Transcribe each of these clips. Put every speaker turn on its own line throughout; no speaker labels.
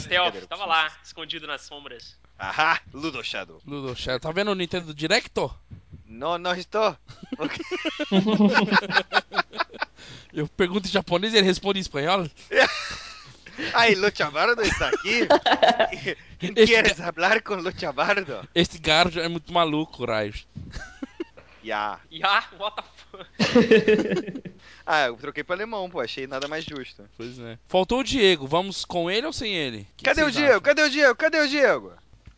Stealth, tava lá, escondido nas sombras.
Ahá, Ludo Shadow.
Ludo Shadow. Tá vendo o Nintendo Directo?
Não, não estou.
Eu pergunto em japonês e ele responde em espanhol.
Ai, Luchabardo está aqui. ¿Quieres hablar con Luchabardo?
Este garoto é muito maluco, Raios.
Ya.
Ya, what the fuck?
Ah, eu troquei pro alemão, pô. Achei nada mais justo.
Pois é. Faltou o Diego. Vamos com ele ou sem ele? Que
Cadê o
vocês
Diego?
acham?
Cadê o Diego? Cadê o Diego?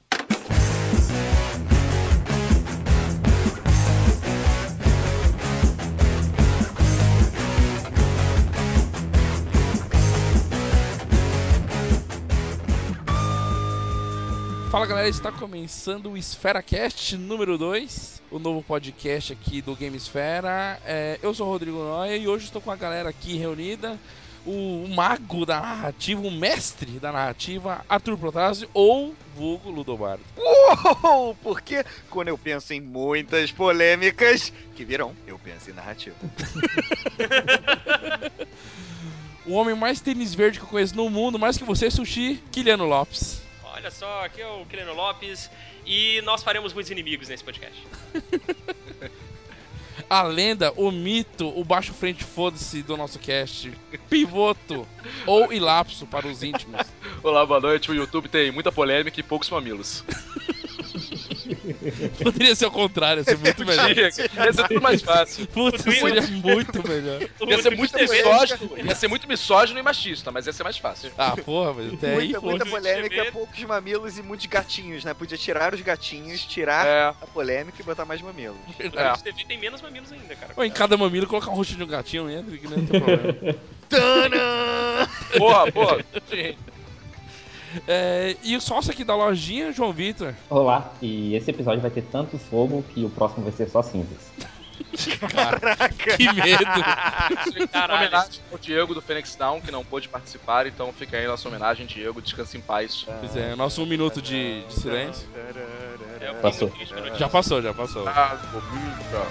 Fala galera, está começando o EsferaCast número 2, o novo podcast aqui do Gamesfera. Eu sou o Rodrigo Noia e hoje estou com a galera aqui reunida, o mago da narrativa, o mestre da narrativa, Arthur Protásio ou vulgo Ludobardo.
Uou! Porque quando eu penso em muitas polêmicas que virão, eu penso em narrativa.
O homem mais tênis verde que eu conheço no mundo, mais que você, Sushi, Kiliano Lopes.
Olha só, aqui é o Kiliano Lopes e nós faremos muitos inimigos nesse podcast.
A lenda, o mito, o baixo frente foda-se do nosso cast, Pivoto ou Ilapso para os íntimos.
Olá, boa noite. O YouTube tem muita polêmica e poucos mamilos.
Poderia ser o contrário, ia ser muito melhor.
Ia ser tudo mais fácil.
Putz, seria muito melhor.
Ia ser muito misógino e machista, mas ia ser mais fácil.
Ah, porra, mas até aí,
Muita
foda-se.
polêmica, poucos mamilos e muitos gatinhos, né? Podia tirar os gatinhos, tirar a polêmica e botar mais mamilos.
A gente TV tem menos mamilos ainda, cara.
Ou em cada mamilo colocar um rostinho de um gatinho dentro, que não ia ter problema.
Tana!
Porra.
E o sócio aqui da lojinha, João Vitor.
Olá, e esse episódio vai ter tanto fogo que o próximo vai ser só cinzas.
Caraca!
Que medo.
Caralho.
Homenagem ao Diego do Phoenix Down, que não pôde participar, então fica aí nossa homenagem, Diego. Descanse em paz.
Pois é, nosso 1 minuto de silêncio.
Eu fiquei
Passou.
muito triste com a notícia.
Já passou.
Ah, comida.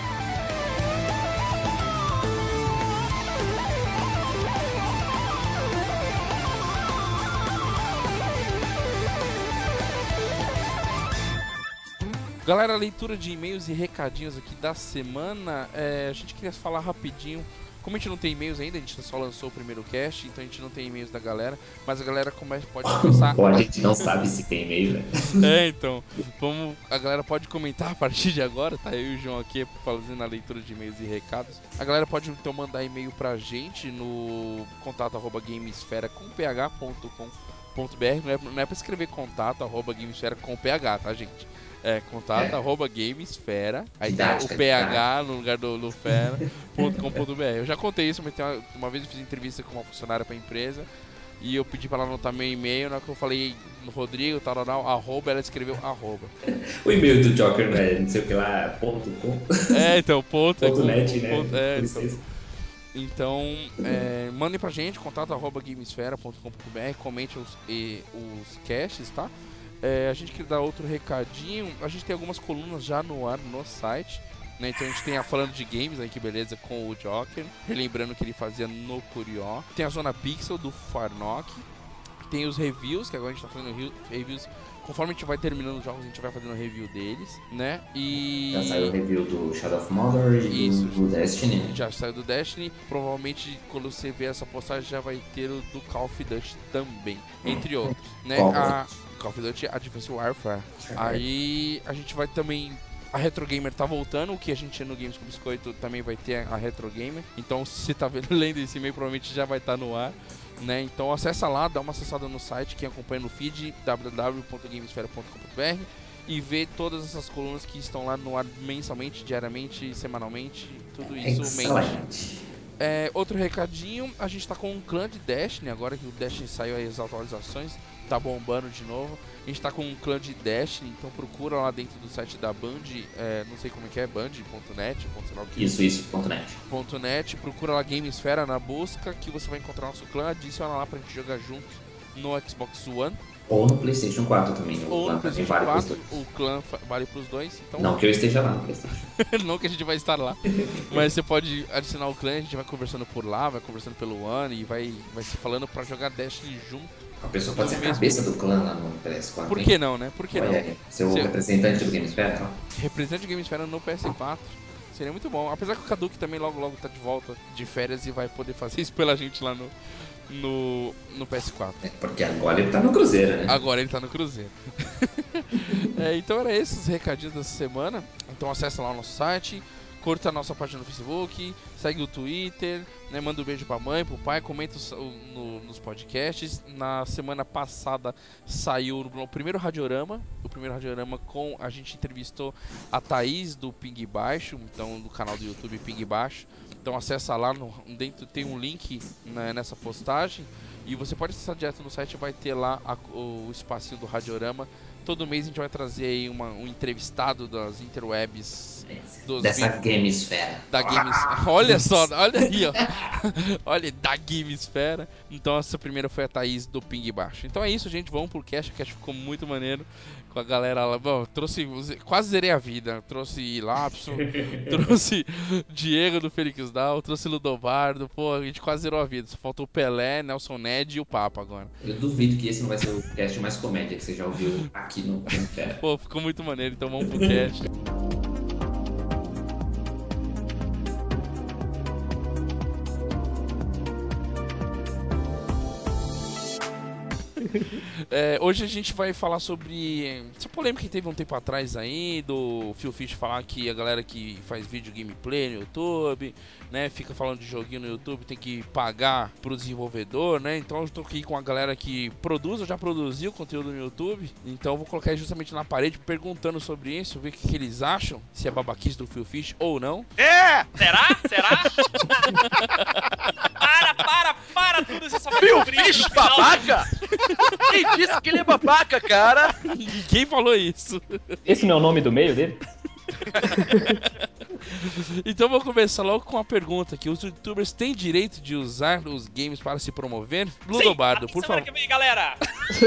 Galera, leitura de e-mails e recadinhos aqui da semana. A gente queria falar rapidinho. Como a gente não tem e-mails ainda, a gente só lançou o primeiro cast, então a gente não tem e-mails da galera, mas a galera pode começar.
Pô, a gente não sabe se tem e-mail, né?
Então, a galera pode comentar a partir de agora, tá? Eu e o João aqui fazendo a leitura de e-mails e recados. A galera pode então mandar e-mail pra gente no contato@gamesfera.com.br. Não é pra escrever contato@gamesfera com PH, tá, gente? Contato@gamesfera. Aí tem o PH no lugar do fera.com.br. Eu já contei isso, mas uma vez eu fiz entrevista com uma funcionária pra empresa e eu pedi pra ela anotar meu e-mail. Na hora que eu falei no Rodrigo, tal, arroba, ela escreveu arroba.
O e-mail do Joker não é não sei o que lá, ponto com.
Então, ponto.
Ponto net, né?
Então.
Licença.
Então, mandem pra gente, contato@gamesfera.com.br, comente os casts, tá? A gente quer dar outro recadinho, a gente tem algumas colunas já no ar no site, né? Então a gente tem a Falando de Games, aí que beleza, com o Joker, relembrando que ele fazia no Curió. Tem a Zona Pixel do Farnock, tem os reviews, que agora a gente tá fazendo reviews. Conforme a gente vai terminando os jogos, a gente vai fazendo review deles, né?
Já saiu o review do Shadow of Mordor e
Isso.
do Destiny, né?
Já saiu do Destiny. Provavelmente quando você ver essa postagem já vai ter o do Call of Duty também, entre outros, né?
Qual?
Call of Duty Advanced Warfare. Aí a gente vai também. A Retro Gamer tá voltando, o que a gente tinha no Games com Biscoito também vai ter a Retro Gamer. Então, se você tá lendo esse e-mail, provavelmente já vai estar no ar, né? Então, acessa lá, dá uma acessada no site, quem acompanha no feed, www.gamesfera.com.br, e vê todas essas colunas que estão lá no ar mensalmente, diariamente, semanalmente, tudo isso mente.
Excelente.
Outro recadinho, a gente tá com um clã de Destiny, agora que o Destiny saiu aí as atualizações, tá bombando de novo. A gente tá com um clã de Destiny, então procura lá dentro do site da Band, não sei como é que é, band.net, sei lá o que.
Isso, ponto net.
.net, procura lá Gamesfera na busca, que você vai encontrar nosso clã, adiciona lá pra gente jogar junto no Xbox One.
Ou no PlayStation 4 também.
Ou no PlayStation
vale
4, o clã vale pros dois, então...
Não que eu esteja lá no PlayStation.
Não que a gente vai estar lá, mas você pode adicionar o clã, a gente vai conversando por lá, vai conversando pelo One e vai se falando pra jogar Destiny junto,
A pessoa pode ser a cabeça do clã lá no PS4.
Por que não, né? Por que não?
Olha aí, ser o representante do GameSphere, então.
Representante do GameSphere no PS4. Seria muito bom. Apesar que o Kaduki também logo tá de volta de férias e vai poder fazer isso pela gente lá no PS4.
Porque agora ele tá no Cruzeiro, né?
Agora ele tá no Cruzeiro. Então era esses os recadinhos dessa semana. Então acessa lá o nosso site, curta a nossa página no Facebook, segue o Twitter, né, manda um beijo pra mãe, pro pai, comenta nos podcasts. Na semana passada saiu o primeiro Radiorama. O primeiro Radiorama a gente entrevistou a Thaís do Ping Baixo, então do canal do YouTube Ping Baixo. Então acessa lá, dentro tem um link, né, nessa postagem. E você pode acessar direto no site, vai ter lá o espacinho do Radiorama. Todo mês a gente vai trazer aí um entrevistado das interwebs
dessa Gamesfera.
Da Gamesfera. Olha só, olha aí, ó. Olha, da Gamesfera. Então essa primeira foi a Thaís do Ping Baixo. Então é isso, gente. Vamos pro cast. O cast ficou muito maneiro com a galera lá. Bom, quase zerei a vida. Trouxe Lapso, trouxe Diego do Felix Down, trouxe Ludobardo. Pô, a gente quase zerou a vida. Só faltou o Pelé, Nelson Ned e o Papa agora.
Eu duvido que esse não vai ser o cast mais comédia que você já ouviu aqui no Gamesfera.
Pô, ficou muito maneiro. Então vamos pro cast. Hoje a gente vai falar sobre essa polêmica que teve um tempo atrás aí, do Phil Fish falar que a galera que faz vídeo gameplay no YouTube, né, fica falando de joguinho no YouTube, tem que pagar pro desenvolvedor, né? Então eu tô aqui com a galera que produz ou já produziu conteúdo no YouTube. Então eu vou colocar aí justamente na parede perguntando sobre isso, ver o que eles acham, se é babaquice do Phil Fish ou não.
Será? Para tudo, você só vai
Phil
descobrir
Fish
no final.
babaca? Quem disse que ele é babaca, cara?
Ninguém falou isso.
Esse não é o nome do meio dele?
Então vou começar logo com uma pergunta aqui. Os youtubers têm direito de usar os games para se promover? Ludobardo, por favor.
Que vem, galera.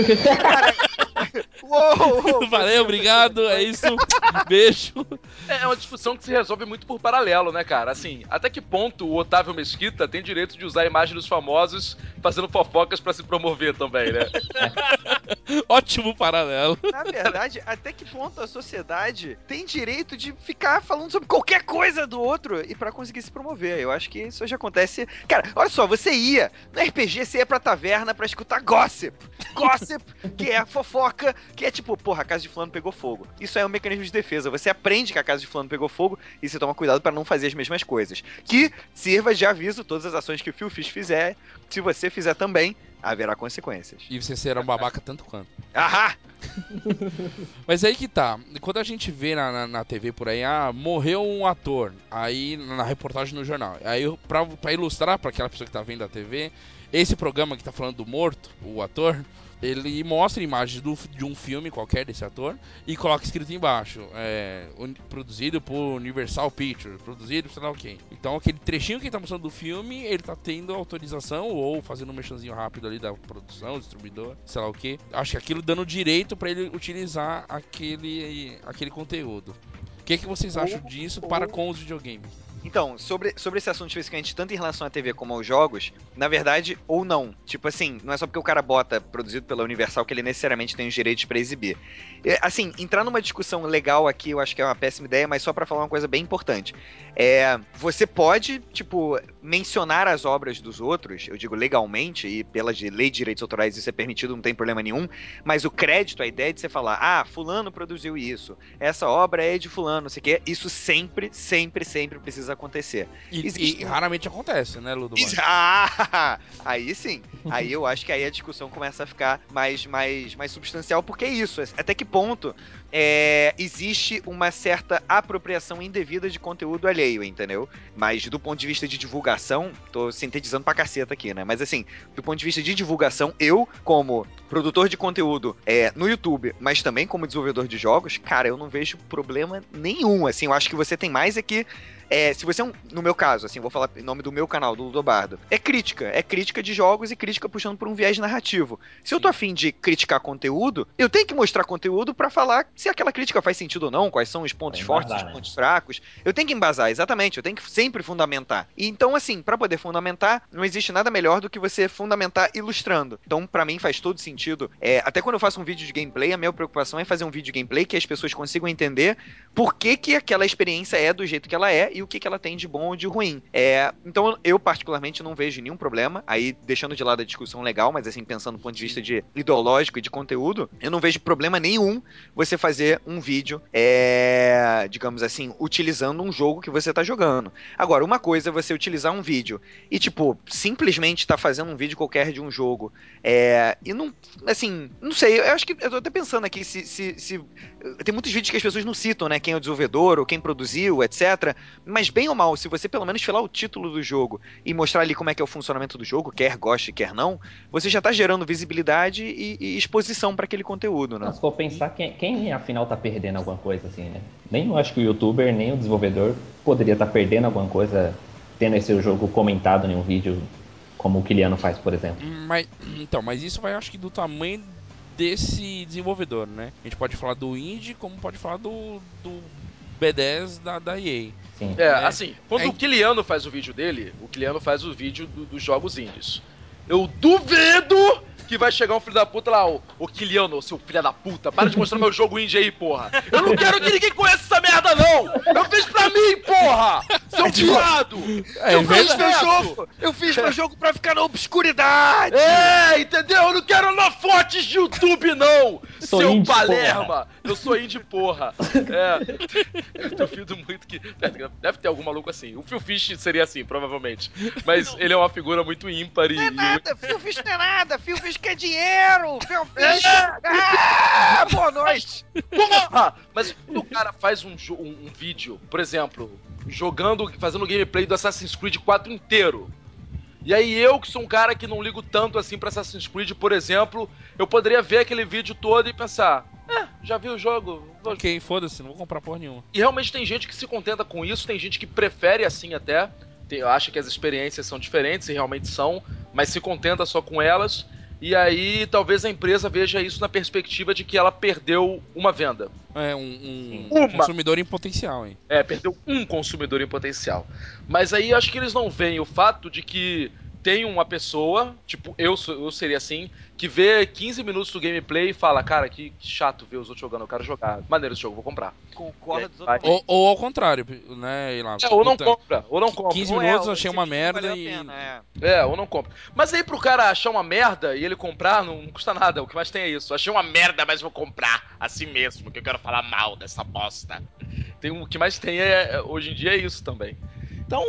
Uou,
Valeu, obrigado, é isso. Beijo.
É uma discussão que se resolve muito por paralelo, né, cara? Assim, até que ponto o Otávio Mesquita tem direito de usar a imagem dos famosos fazendo fofocas pra se promover também, né?
Ótimo paralelo.
Na verdade, até que ponto a sociedade tem direito de ficar falando sobre qualquer coisa do outro e pra conseguir se promover? Eu acho que isso já acontece. Cara, olha só, você ia no RPG, você ia pra taverna pra escutar gossip. Gossip, que é a fofoca, que é tipo, porra, a casa de fulano pegou fogo. Isso é um mecanismo de defesa. Você aprende que a casa de fulano pegou fogo e você toma cuidado pra não fazer as mesmas coisas. Que sirva de aviso todas as ações que o Phil Fish fizer. Se você fizer também, haverá consequências.
E você será um babaca tanto quanto.
Ahá!
Mas aí que tá, quando a gente vê na TV por aí, morreu um ator, aí na reportagem no jornal, aí pra ilustrar pra aquela pessoa que tá vendo a TV, esse programa que tá falando do morto, o ator, ele mostra imagens de um filme qualquer desse ator e coloca escrito embaixo, produzido por Universal Pictures, produzido sei lá o quê. Então aquele trechinho que ele tá mostrando do filme, ele tá tendo autorização ou fazendo um merchanzinho rápido ali da produção, distribuidor, sei lá o quê. Acho que aquilo dando direito pra ele utilizar aquele conteúdo. O que vocês acham disso para com os videogames?
Então, sobre esse assunto especificamente, tanto em relação à TV como aos jogos, na verdade, ou não. Tipo assim, não é só porque o cara bota produzido pela Universal que ele necessariamente tem os direitos pra exibir. Assim, entrar numa discussão legal aqui, eu acho que é uma péssima ideia, mas só pra falar uma coisa bem importante. Você pode, tipo, mencionar as obras dos outros, eu digo legalmente, e pela lei de direitos autorais isso é permitido, não tem problema nenhum, mas o crédito, a ideia de você falar, fulano produziu isso, essa obra é de fulano, não sei o quê, isso sempre precisa acontecer.
E raramente acontece, né, Ludo?
Aí sim. Aí eu acho que aí a discussão começa a ficar mais substancial, porque é isso. Até que ponto existe uma certa apropriação indevida de conteúdo alheio, entendeu? Mas do ponto de vista de divulgação, tô sintetizando pra caceta aqui, né? Mas assim, do ponto de vista de divulgação, eu, como produtor de conteúdo no YouTube, mas também como desenvolvedor de jogos, cara, eu não vejo problema nenhum. Assim, eu acho que você tem mais é que se você no meu caso, assim, vou falar em nome do meu canal, do Ludobardo, é crítica de jogos e crítica puxando por um viés narrativo. Se eu tô afim de criticar conteúdo, eu tenho que mostrar conteúdo pra falar se aquela crítica faz sentido ou não, quais são os pontos fortes, os pontos fracos. Eu tenho que embasar, exatamente, eu tenho que sempre fundamentar. E então, assim, pra poder fundamentar, não existe nada melhor do que você fundamentar ilustrando. Então, pra mim, faz todo sentido. Até quando eu faço um vídeo de gameplay, a minha preocupação é fazer um vídeo de gameplay que as pessoas consigam entender por que aquela experiência é do jeito que ela é e o que ela tem de bom ou de ruim. Então, eu particularmente não vejo nenhum problema, aí deixando de lado a discussão legal, mas assim, pensando do ponto de vista de ideológico e de conteúdo, eu não vejo problema nenhum você fazer um vídeo, digamos assim, utilizando um jogo que você tá jogando. Agora, uma coisa é você utilizar um vídeo e, tipo, simplesmente tá fazendo um vídeo qualquer de um jogo, e não, assim, não sei, eu acho que, eu tô até pensando aqui se tem muitos vídeos que as pessoas não citam, né, quem é o desenvolvedor ou quem produziu, etc, mas bem ou mal, se você pelo menos falar o título do jogo e mostrar ali como é que é o funcionamento do jogo, quer goste, quer não, você já tá gerando visibilidade e exposição para aquele conteúdo, né?
Se for pensar, quem afinal tá perdendo alguma coisa, assim, né? Nem eu acho que o youtuber, nem o desenvolvedor poderia estar perdendo alguma coisa tendo esse jogo comentado em um vídeo, como o Kiliano faz, por exemplo.
Mas isso vai, acho que, do tamanho desse desenvolvedor, né? A gente pode falar do indie, como pode falar do B10 da EA.
Sim.
Assim, quando o Kiliano faz o vídeo dele, o Kiliano faz o vídeo dos jogos indies. Eu duvido que vai chegar um filho da puta lá, ô Kiliano, seu filho da puta, para de mostrar meu jogo indie aí, porra. Eu não quero que ninguém conheça essa merda, não. Eu fiz pra mim, porra. Seu viado.
Eu fiz meu jogo pra ficar na obscuridade.
Entendeu? Eu não quero holofotes de YouTube, não.
Sou
seu
indie,
Palerma.
porra.
Eu sou indie, porra. Eu duvido muito que... Deve ter algum maluco assim. O Phil Fish seria assim, provavelmente. Mas ele é uma figura muito ímpar e...
Phil Fish não é nada, Phil Fish quer dinheiro, Phil Fish... boa noite.
Porra! Mas quando o cara faz um vídeo, por exemplo, fazendo gameplay do Assassin's Creed 4 inteiro, e aí eu, que sou um cara que não ligo tanto assim pra Assassin's Creed, por exemplo, eu poderia ver aquele vídeo todo e pensar, já vi o jogo.
Ok, foda-se, não vou comprar porra nenhuma.
E realmente tem gente que se contenta com isso, tem gente que prefere assim até, acha que as experiências são diferentes, e realmente são, mas se contenta só com elas. E aí, talvez a empresa veja isso na perspectiva de que ela perdeu uma venda.
Um consumidor em potencial, hein?
Perdeu um consumidor em potencial. Mas aí, acho que eles não veem o fato de que tem uma pessoa, tipo, eu seria assim, que vê 15 minutos do gameplay e fala, cara, que chato ver os outros jogando, eu quero jogar. Maneiro esse jogo, vou comprar.
Concordo
totalmente. Ou ao contrário, né?
Ou não compra.
15 minutos eu achei uma merda
ou não compra. Mas aí pro cara achar uma merda e ele comprar, não custa nada. O que mais tem é isso. Achei uma merda, mas vou comprar assim mesmo, que eu quero falar mal dessa bosta. O que mais tem hoje em dia é isso também. Então,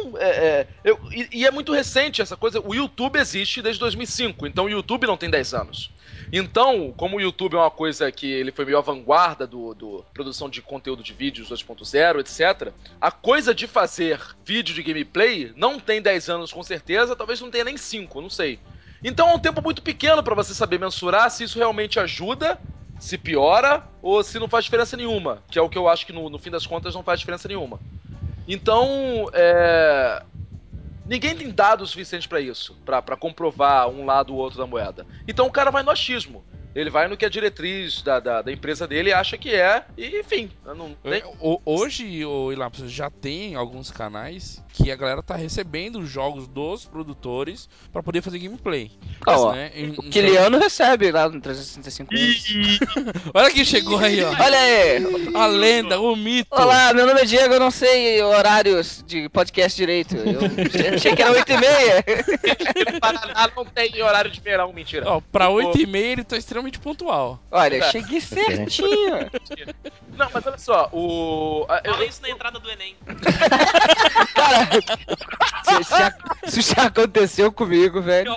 e é muito recente essa coisa. O YouTube existe desde 2005, então o YouTube não tem 10 anos. Então, como o YouTube é uma coisa que ele foi meio à vanguarda do produção de conteúdo de vídeos 2.0, etc., a coisa de fazer vídeo de gameplay não tem 10 anos com certeza, talvez não tenha nem 5, não sei. Então é um tempo muito pequeno para você saber mensurar se isso realmente ajuda, se piora ou se não faz diferença nenhuma, que é o que eu acho que no fim das contas não faz diferença nenhuma. Então, ninguém tem dados suficientes pra isso, pra comprovar um lado ou outro da moeda. Então o cara vai no achismo. Ele vai no que a diretriz da empresa dele acha que é, e enfim.
Hoje, Ilapso, já tem alguns canais que a galera tá recebendo os jogos dos produtores pra poder fazer gameplay. Né?
O Kiliano recebe lá no 365.
Olha quem chegou aí, ó.
Olha aí.
A lenda, o mito.
Olá, meu nome é Diego, eu não sei horários de podcast direito. Eu achei que era 8h30.
No Paraná não tem horário de verão, mentira.
Ó, pra 8h30 ele tá extremamente pontual.
Olha, cheguei certinho.
Não, mas olha só,
Fala isso na entrada do Enem.
Cara, isso já aconteceu comigo, velho.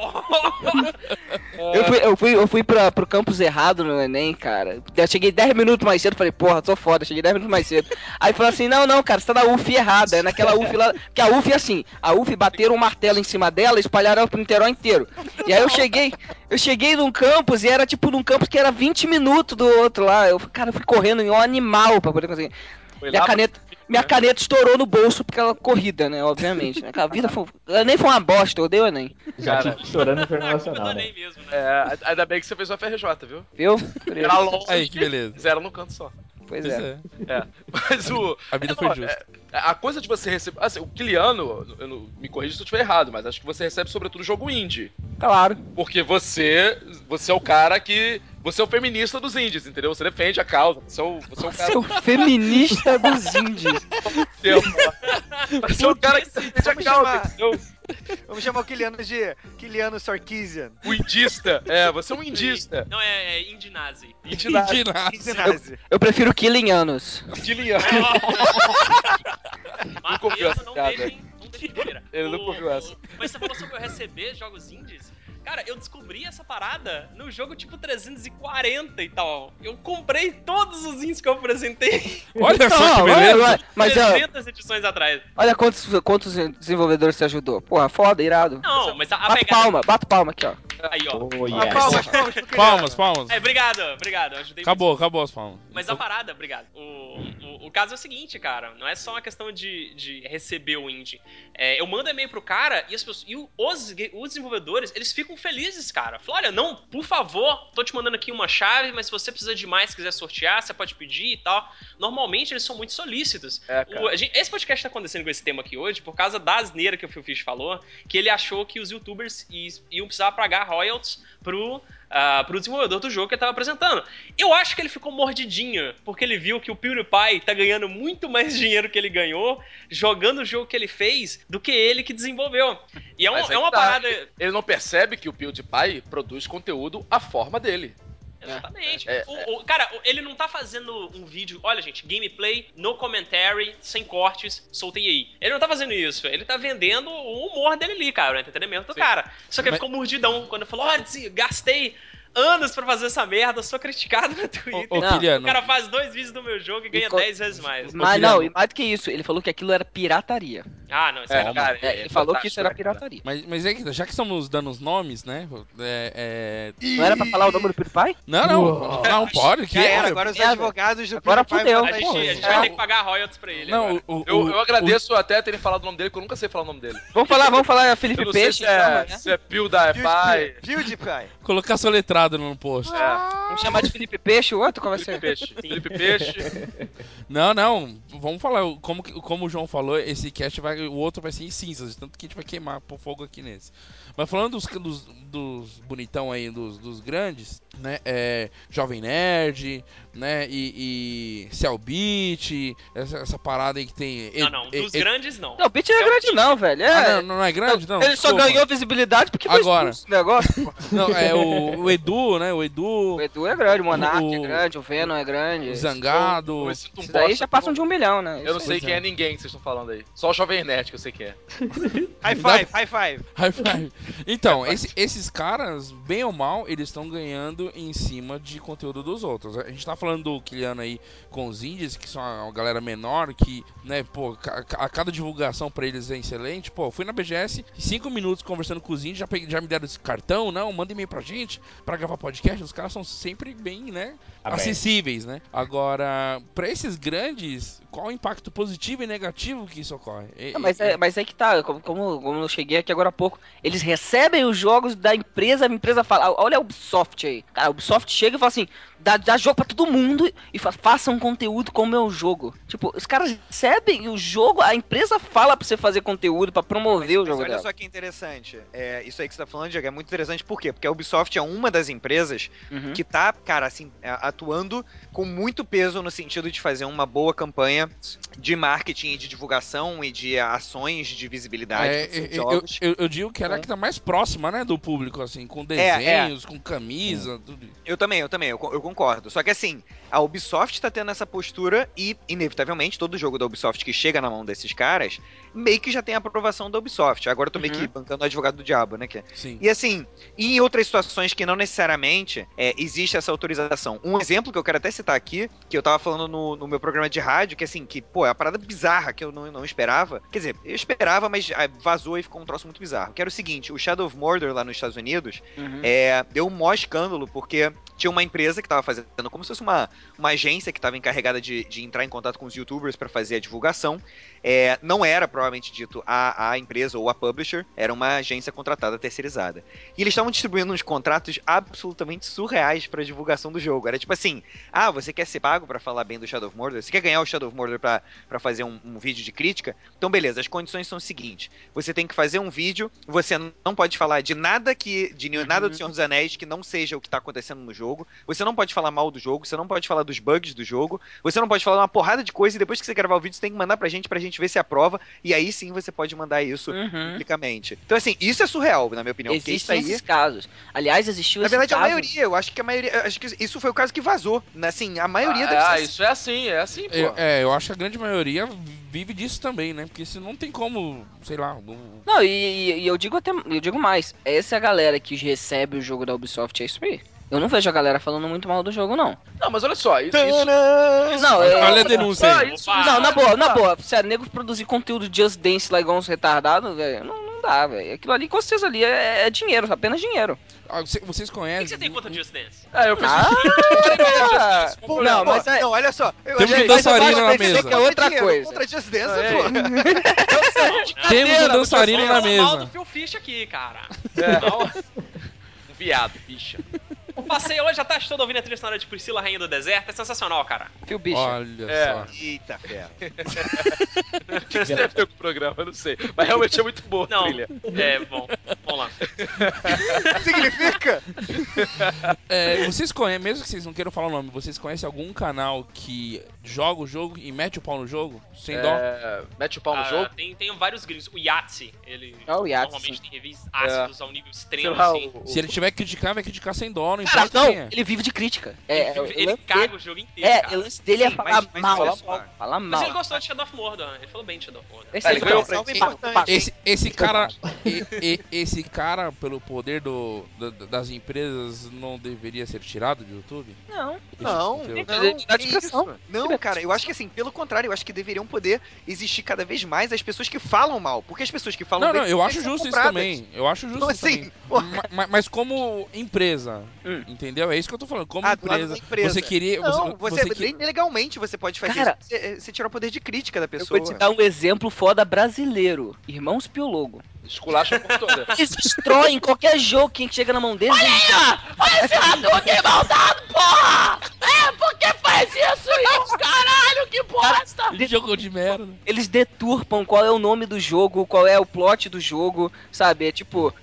Eu fui pro campus errado no Enem, cara. Eu cheguei 10 minutos mais cedo, falei, porra, tô foda, cheguei 10 minutos mais cedo. Aí falou assim, não, cara, você tá na UF errada, é naquela UF lá, que a UF é assim, a UF bateram um martelo em cima dela e espalharam pro Niterói inteiro. E aí eu cheguei num campus e era tipo num campus que era 20 minutos do outro lá. Cara, eu fui correndo em um animal pra poder conseguir. Minha caneta estourou no bolso porque ela corrida, né? Obviamente. Né? A vida foi. Nem foi uma bosta, eu odeio o Enem.
Já
Cara,
tinha chorando no Jornal
Ah, culpa do
Nacional, né?
Enem mesmo, né?
ainda bem que você fez o FRJ, viu?
Viu?
Era longe,
Aí, que beleza.
zero no canto só.
Pois
Pois
é.
é.
Mas
A vida foi justa.
A coisa de você receber. Assim, o Kiliano, me corrija se eu estiver errado, mas acho que você recebe sobretudo jogo indie.
Claro.
Porque você é o cara que. Você é o feminista dos indies, entendeu? Você defende a causa. Você é o cara.
Seu feminista dos indies.
Você é o cara que defende a
Vamos
causa,
chamar.
entendeu?
Vamos chamar o Kiliano de Kiliano Sarkeesian.
O indista. É, você é um indista.
Não, é indie nazi.
Indinazi.
Indinazi.
Eu prefiro Killinhanos.
Kiliano.
Mas
ouviu
mesmo,
essa
não
piada.
deixem bobeira.
Ele nunca ouviu essa.
Mas você falou sobre eu receber jogos indies. Cara, eu descobri essa parada no jogo tipo 340 e tal. Eu comprei todos os indies que eu apresentei
Olha só que beleza.
Mas ó,
300 edições atrás.
olha quantos desenvolvedores você ajudou. Porra, foda, irado.
Não, mas a
Bato
pegada...
palma aqui, ó.
Aí, ó.
Oh, yes.
Palmas pro Kiliano.
Palmas.
É, obrigado, eu ajudei muito.
Acabou as palmas.
Mas a parada, obrigado. O caso é o seguinte, cara. Não é só uma questão de receber o indie. Eu mando e-mail pro cara e, as pessoas, os desenvolvedores, eles ficam felizes, cara. Falam, olha, não, por favor, tô te mandando aqui uma chave, mas se você precisa de mais, quiser sortear, você pode pedir e tal. Normalmente eles são muito solícitos. Esse podcast tá acontecendo com esse tema aqui hoje por causa da asneira que o Phil Fish falou, que ele achou que os youtubers iam precisar pagar royalties pro desenvolvedor do jogo que ele tava apresentando. Eu acho que ele ficou mordidinho, porque ele viu que o PewDiePie tá ganhando muito mais dinheiro que ele ganhou jogando o jogo que ele fez do que ele que desenvolveu. E
Mas aí
é uma
tá.
parada...
Ele não percebe que o PewDiePie produz conteúdo à forma dele.
Exatamente. Cara, ele não tá fazendo um vídeo, olha gente, gameplay, no commentary, sem cortes, soltei aí. Ele não tá fazendo isso, ele tá vendendo o humor dele ali, cara, o entretenimento do cara. Só que ele ficou mordidão quando falou, olha, gastei anos pra fazer essa merda, sou criticado no Twitter.
Kiliano.
O cara faz 2 vídeos do meu jogo e ganha 10 vezes mais.
Mas
Kiliano.
não, e mais do que isso, ele falou que aquilo era pirataria.
Ah, não, isso é
Cara,
Ele falou que isso era pirataria.
Mas é que, já que estamos dando os nomes, né?
Não era pra falar o nome do PewDiePie?
Não pode. Que
Já era,
é?
agora os
merda.
advogados do
Agora
PewDiePie vão
fudeu.
botar
A
em
gente
xixi.
vai ter que pagar royalties pra ele agora.
Não,
Eu agradeço até terem falado o nome dele, porque eu nunca sei falar o nome dele.
Vamos falar Felipe
Eu não sei
Peixe,
se
então,
é,
né?
se é PewDiePie.
PewDiePie.
colocar soletrado no post.
Vamos chamar de Felipe Peixe, o outro, qual vai ser?
Felipe Peixe.
Não, vamos falar, como o João falou, esse cast o outro vai ser em cinzas, tanto que a gente vai queimar por fogo aqui nesse. Mas falando dos bonitão aí, dos grandes, né, Jovem Nerd, né, e Cellbit, essa parada aí que tem...
Dos grandes não.
Não, o Pitch não é grande não, velho.
não é grande, não?
Ele só
Desculpa.
ganhou visibilidade porque foi
Agora.
expulso do negócio.
Não, é o Edu, né, o Edu...
O Edu é grande, o Monark é grande, o Venom é grande.
O Zangado...
Eu me sinto um
Esses aí
bosta,
já passam de 1 milhão, né?
Eu não sei quem é ninguém que vocês estão falando aí. Só o Jovem Nerd que eu sei quem é.
High five, high five.
High five. Então, esses caras, bem ou mal, eles estão ganhando em cima de conteúdo dos outros. A gente tá falando do Kiliano aí com os indies, que são uma galera menor, que, né, pô, a cada divulgação pra eles é excelente. Pô, fui na BGS, 5 minutos conversando com os indies, já me deram esse cartão, não, manda e-mail pra gente, pra gravar podcast. Os caras são sempre bem, né, acessíveis, né. Agora, pra esses grandes, qual o impacto positivo e negativo que isso ocorre?
Mas é que tá, como eu cheguei aqui agora há pouco, eles recebem os jogos da empresa, a empresa fala, olha a Ubisoft aí. Cara, a Ubisoft chega e fala assim, dá jogo pra todo mundo e faça um conteúdo com o meu jogo. Tipo, os caras recebem o jogo, a empresa fala pra você fazer conteúdo, pra promover o jogo
olha
dela.
só que interessante. Isso aí que você tá falando, Diego, é muito interessante. Por quê? Porque a Ubisoft é uma das empresas que tá, cara, assim, atuando com muito peso no sentido de fazer uma boa campanha de marketing e de divulgação e de ações de visibilidade dos seus jogos.
Eu digo que ela é que tá mais próxima, né, do público, assim, com desenhos, com camisa, tudo.
Eu também, eu concordo. Só que assim, a Ubisoft tá tendo essa postura e, inevitavelmente, todo jogo da Ubisoft que chega na mão desses caras, meio que já tem a aprovação da Ubisoft. Agora eu tô meio que bancando o advogado do diabo, né?
Sim.
E assim, em outras situações que não necessariamente existe essa autorização. Um exemplo que eu quero até citar aqui, que eu tava falando no meu programa de rádio, que assim, que, pô, é uma parada bizarra que eu não esperava. Quer dizer, eu esperava, mas vazou e ficou um troço muito bizarro. Que era o seguinte, o Shadow of Mordor lá nos Estados Unidos deu um maior escândalo, porque tinha uma empresa que tava fazendo como se fosse uma agência que tava encarregada de entrar em contato com uns youtubers pra fazer a divulgação. Não era provavelmente dito a empresa ou a publisher, era uma agência contratada terceirizada. E eles estavam distribuindo uns contratos absolutamente surreais pra divulgação do jogo. Era tipo assim: você quer ser pago pra falar bem do Shadow of Mordor? Você quer ganhar o Shadow of Mordor pra fazer um vídeo de crítica? Então beleza, as condições são as seguintes: você tem que fazer um vídeo, você não pode falar de nada nada do Senhor dos Anéis que não seja o que tá acontecendo no jogo, você não pode falar mal do jogo, você não pode falar dos bugs do jogo, você não pode falar uma porrada de coisa, e depois que você gravar o vídeo, você tem que mandar pra gente ver se aprova, e aí sim você pode mandar isso publicamente. Então, assim, isso é surreal, na minha opinião.
Existem
isso aí,
esses casos. Aliás, existiu
na
esse
verdade,
caso.
a maioria, eu acho que isso foi o caso que vazou. Assim, a maioria deve ser
isso é assim, pô.
Eu acho que a grande maioria vive disso também, né? Porque se não tem como, sei lá.
Não, e eu digo mais. Essa galera que recebe o jogo da Ubisoft é isso aí. Eu não vejo a galera falando muito mal do jogo, não.
Não, mas olha só, isso
Não,
Olha a denúncia aí.
Não, na boa, sério, nego produzir conteúdo Just Dance lá igual uns retardados, velho, não dá, velho. Aquilo ali, com certeza ali, é dinheiro, apenas dinheiro.
Vocês
O
conhecem.
que você tem contra Just Dance?
eu fiz
Não, mas
Não, olha só.
Temos um dançarino na
dizer
mesa.
que é outra coisa.
Contra Just Dance,
Não,
pô.
Temos um dançarino na
Falando mal do
mesa.
Phil Fish aqui, cara.
Um viado, bicha.
Eu passei hoje à tarde toda ouvindo a trilha sonora de Priscila, Rainha do Deserto. É sensacional, cara.
Fio bicho.
Olha só.
Eita, fera.
O que isso tem a ver com o programa? Eu não sei. Mas realmente é muito boa a
Não,
trilha.
bom. Vamos lá.
Significa?
Vocês conhecem, mesmo que vocês não queiram falar o nome, vocês conhecem algum canal que joga o jogo e mete o pau no jogo? Sem dó?
Mete o pau no jogo?
Tem vários gringos. O Yahtzee, ele
O Yahtzee,
normalmente
sim.
tem reviews ácidos ao nível extremo,
Sei lá,
assim.
Se ele tiver que criticar, vai criticar sem dó, não
Cara,
importa
não,
quem é.
ele vive de crítica.
Ele caga o jogo inteiro,
o
cara.
lance dele é
Sim,
falar
mas
mal.
olha só.
Falar
Mas
mal.
ele gostou de Shadow of Mordor, ele falou bem de Shadow of Mordor.
Esse
Ele
aí,
ganhou
então,
Salve
pago,
importante.
pago.
Esse cara, esse cara, pelo poder das empresas, não deveria ser tirado do YouTube?
Não.
Esse tipo de
Não,
conteúdo?
não,
Dá
que
discussão.
isso? Não, cara, eu acho que assim, pelo contrário, eu acho que deveriam poder existir cada vez mais as pessoas que falam mal, porque as pessoas que falam
Não,
bem
eu acho
são
justo isso
compradas.
também. Eu acho justo
Então,
isso
assim,
também.
porra.
Mas como empresa,
Hum.
entendeu? É isso que eu tô falando. Como
Do lado da
empresa, você queria...
Não,
você que...
nem legalmente você pode fazer
Cara,
isso. Você tirar o poder de crítica da
Eu
pessoa.
vou te dar um exemplo foda brasileiro. Irmãos Piologo.
Esculacha por toda.
Eles destroem qualquer jogo que chega na mão deles. Olha aí, ó! Olha esse rato aqui maldado, porra! Por que faz isso, Yus? Caralho, que bosta!
Jogo de merda.
Eles deturpam qual é o nome do jogo, qual é o plot do jogo, sabe? É tipo...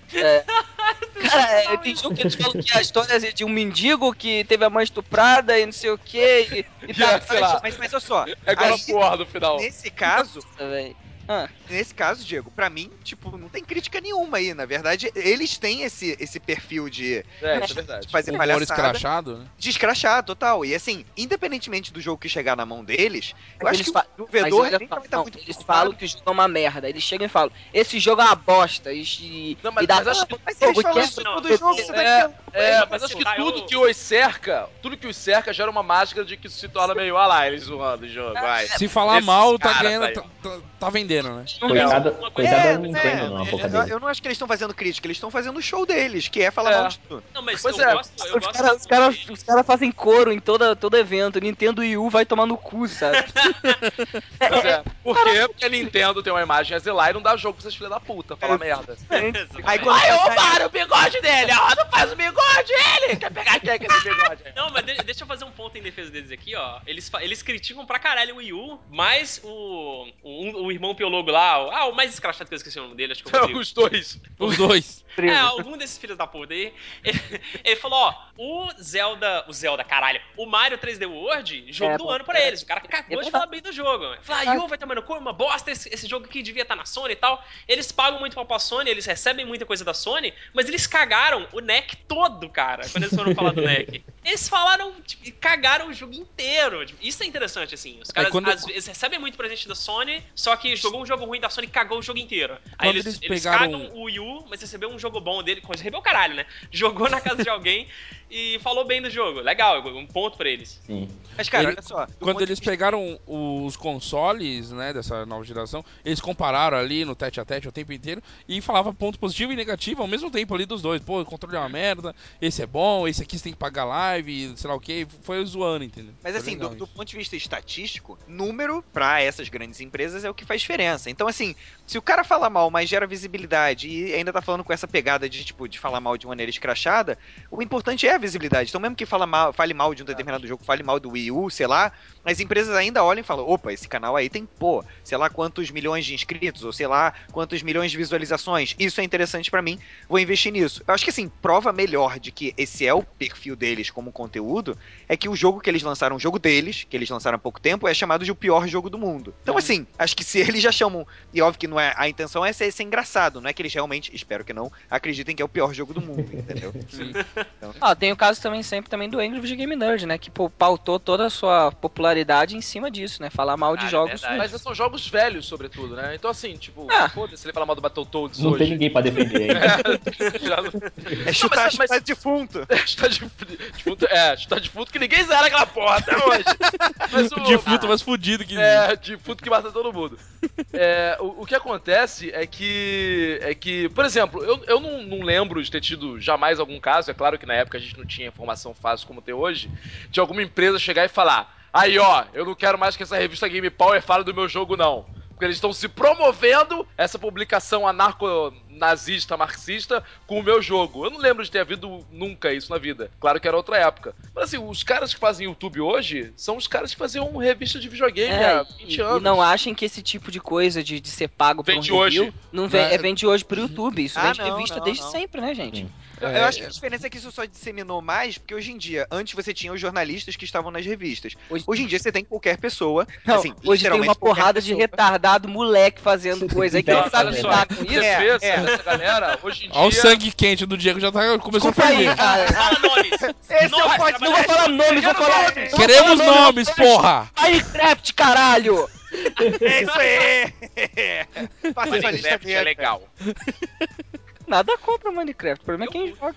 Cara, tem jogo que eles falam que é a história de um mendigo que teve a mãe estuprada e não sei o que e tá,
sei lá.
Mas olha só,
É igual a
aí,
porra no final.
nesse caso,
velho.
Diego, pra mim, tipo, não tem crítica nenhuma aí. Na verdade, eles têm esse perfil de
Isso é verdade.
de fazer
Humor
palhaçada.
escrachado, né?
De escrachar, total. E assim, independentemente do jogo que chegar na mão deles, eu acho que o
Mas
desenvolvedor
olha
nem
só,
vai estar
não,
muito
eles
preocupado.
falam que o jogo é uma merda. Eles chegam e falam, esse jogo é uma bosta.
Não, mas
dá
acho que-
Mas eles falam
quebra-
isso
não,
todo jogo, você tá
mas acho que
Tá,
tudo
eu-
que os cerca gera uma máscara de que isso se torna meio, lá, eles zoando o jogo, vai.
Se falar
Esses
mal, tá
caras
ganhando,
aí, ó.
tá vendendo, né?
Cuidado da Nintendo numa boca dele.
eu não acho que eles estão fazendo crítica, eles estão fazendo o show deles, que é falar mal de tudo.
Não, mas
Pois
eu
é.
gosto
Os caras fazem coro em todo evento. Nintendo Wii U vai tomar no cu, sabe?
Pois é. Por quê? Porque a Nintendo tem uma imagem a zelar e não dá jogo pra vocês filha da puta, fala merda.
Aí quando
para o bigode dele, ó. Não faz o bigode, ele! Quer pegar quem
Esse bigode aí.
Não, mas deixa eu fazer um ponto em defesa deles aqui, ó. Eles criticam pra caralho o Wii U, mas o irmão Piologo lá, o mais escrachado que eu esqueci o nome dele, acho que é o Rodrigo.
Os dois.
Os dois.
Algum desses filhos da puta aí. Ele falou, ó, o Zelda, caralho, o Mario 3D World, jogo do ano pra eles. O cara cagou de falar bem do jogo. Falou, Yu, vai tomar no cu, uma bosta, esse jogo aqui devia estar na Sony e tal. Eles pagam muito pra Sony, eles recebem muita coisa da Sony, mas eles cagaram o NEC todo, cara, quando eles foram falar do NEC. Eles falaram, tipo, cagaram o jogo inteiro. Tipo, isso é interessante, assim. Os caras, às vezes, recebem muito presente da Sony, só que jogou um jogo ruim da Sony e cagou o jogo inteiro. Aí eles cagam o Wii U, mas recebeu um jogo bom dele, recebeu o caralho, né? Jogou na casa de alguém e falou bem do jogo. Legal, um ponto pra eles.
Sim.
Mas, cara, olha só.
Quando eles pegaram os consoles, né, dessa nova geração, eles compararam ali no tete-a-tete o tempo inteiro e falava ponto positivo e negativo ao mesmo tempo ali dos dois. Pô, o controle é uma merda, esse é bom, esse aqui você tem que pagar live, sei lá o que. Foi zoando, entendeu?
Mas
Foi
assim,
legal
do
isso.
ponto de vista estatístico, número pra essas grandes empresas é o que faz diferença. Então, assim, se o cara fala mal, mas gera visibilidade e ainda tá falando com essa pegada de, tipo, de falar mal de maneira escrachada, o importante é a visibilidade. Então, mesmo que fale mal de um determinado jogo, fale mal do Wii U, sei lá, as empresas ainda olham e falam, opa, esse canal aí tem, pô, sei lá quantos milhões de inscritos, ou sei lá quantos milhões de visualizações. Isso é interessante pra mim, vou investir nisso. Eu acho que, assim, prova melhor de que esse é o perfil deles como conteúdo é que o jogo que eles lançaram, o jogo deles, que eles lançaram há pouco tempo, é chamado de o pior jogo do mundo. Então, assim, acho que se eles já chamam, e óbvio que não é, a intenção é ser engraçado, não é que eles realmente, espero que não, acreditem que é o pior jogo do mundo, entendeu?
Sim.
Tem o caso também sempre também do Angry Video Game Nerd, né? Que pô, pautou toda a sua popularidade em cima disso, né? Falar mal de
Caralho,
jogos.
verdade.
Mas são jogos velhos, sobretudo, né? Então, assim, tipo,
Ah.
foda-se ele falar mal do Battletoads
Não
hoje.
tem ninguém pra defender aí.
Já não-
É chutar,
mas-
chutar defunto.
chutar chutar defunto que ninguém zera aquela porra até hoje. Mas o
Defunto mais fudido que
defunto que mata todo mundo. O que acontece é que, por exemplo, eu não lembro de ter tido jamais algum caso, é claro que na época a gente não tinha informação fácil como tem hoje, de alguma empresa chegar e falar: aí ó, eu não quero mais que essa revista Game Power fale do meu jogo não. Porque eles estão se promovendo essa publicação anarco-nazista, marxista, com o meu jogo. Eu não lembro de ter havido nunca isso na vida. Claro que era outra época. Mas assim, os caras que fazem YouTube hoje são os caras que faziam revista de videogame há 20 anos.
E não achem que esse tipo de coisa de ser pago por um
Vende
review
hoje.
não
Não
vem,
é-
vende hoje pro YouTube. Isso
Ah,
vende
não,
revista
não,
desde
não.
sempre, né, gente?
Eu acho que a diferença é que isso só disseminou mais, porque hoje em dia, antes você tinha os jornalistas que estavam nas revistas. Hoje em dia você tem qualquer pessoa,
Não,
assim,
hoje tem
literalmente
uma
qualquer
porrada de
pessoa.
retardado moleque fazendo coisa aí que não
Olha
sabe
só,
lidar com isso.
Defesa dessa galera, hoje em dia...
Olha o sangue quente do Diego, já tá começando
Desculpa
a
aí,
ferver.
cara.
Fala nomes!
Esse
nomes,
é o podcast.
Não vou falar nomes, vou falar.
Queremos nomes, porra!
Minecraft, caralho!
É isso aí! Faça sua lista
Minecraft é legal.
Nada contra o Minecraft, o problema é quem joga.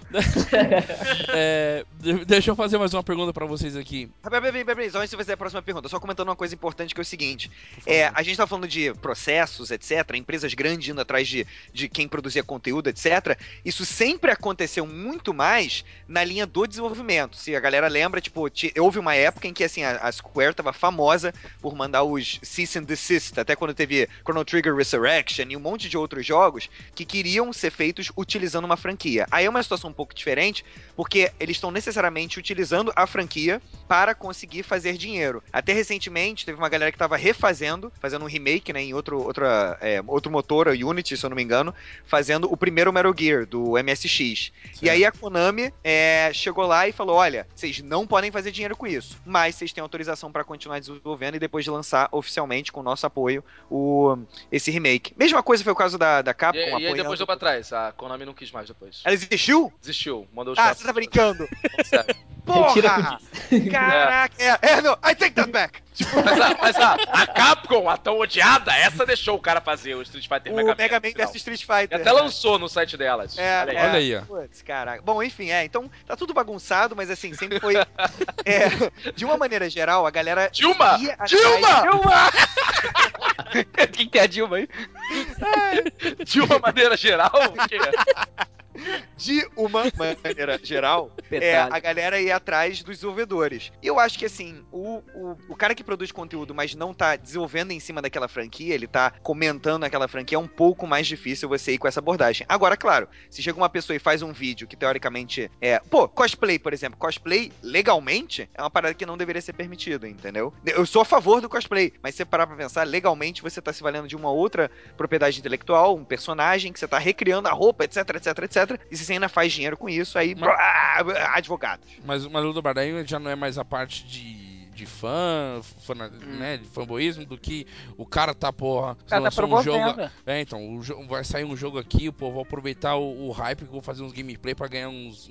Deixa eu fazer mais uma pergunta pra vocês aqui.
Peraí, antes de fazer a próxima pergunta, só comentando uma coisa importante que é o seguinte: a gente tá falando de processos, etc., empresas grandes indo atrás de quem produzia conteúdo, etc. Isso sempre aconteceu muito mais na linha do desenvolvimento. Se a galera lembra, tipo, houve uma época em que assim, a Square tava famosa por mandar os Cease and Desist, até quando teve Chrono Trigger Resurrection e um monte de outros jogos que queriam ser feitos utilizando uma franquia. Aí é uma situação um pouco diferente, porque eles estão necessariamente utilizando a franquia para conseguir fazer dinheiro. Até recentemente, teve uma galera que estava fazendo um remake, né, em outro motor, a Unity, se eu não me engano, fazendo o primeiro Metal Gear, do MSX. E aí a Konami chegou lá e falou, olha, vocês não podem fazer dinheiro com isso, mas vocês têm autorização para continuar desenvolvendo e depois de lançar oficialmente, com o nosso apoio, esse remake. Mesma coisa foi o caso da Capcom,
E aí
apoiando...
depois deu pra trás. A Konami não quis mais depois.
Ela desistiu?
Desistiu. Mandou os
Ah,
caras...
você tá brincando?
Sério.
Retira
Porra! Caraca! Não, I take that back!
Mas a Capcom, a tão odiada, essa deixou o cara fazer o Street Fighter
O
Mega
Mega Man
no final.
vs Street
E
Fighter.
até lançou no site delas.
Olha aí, ó.
Putz, caraca. Bom, enfim, então tá tudo bagunçado, mas assim, sempre foi. De uma maneira geral, a galera.
Dilma!
ia atrás-
Dilma!
Quem tem a Dilma aí?
De uma maneira geral, o quê?
De uma maneira geral,
Detalhe.
a galera ia atrás dos desenvolvedores. E eu acho que, assim, o cara que produz conteúdo, mas não tá desenvolvendo em cima daquela franquia, ele tá comentando aquela franquia, é um pouco mais difícil você ir com essa abordagem. Agora, claro, se chega uma pessoa e faz um vídeo que, teoricamente, cosplay, por exemplo. Cosplay, legalmente, é uma parada que não deveria ser permitido, entendeu? Eu sou a favor do cosplay, mas se você parar pra pensar, legalmente, você tá se valendo de uma outra propriedade intelectual, um personagem, que você tá recriando a roupa, etc, etc, etc. E se você ainda faz dinheiro com isso, aí, advogados.
Mas o Ludo Bardaí já não é mais a parte de né, de fanboísmo, do que o cara tá, porra,
O cara tá
lançou um jogo.
promovendo.
Então, vai sair um jogo aqui, pô, vou aproveitar o hype que eu vou fazer uns gameplay pra ganhar uns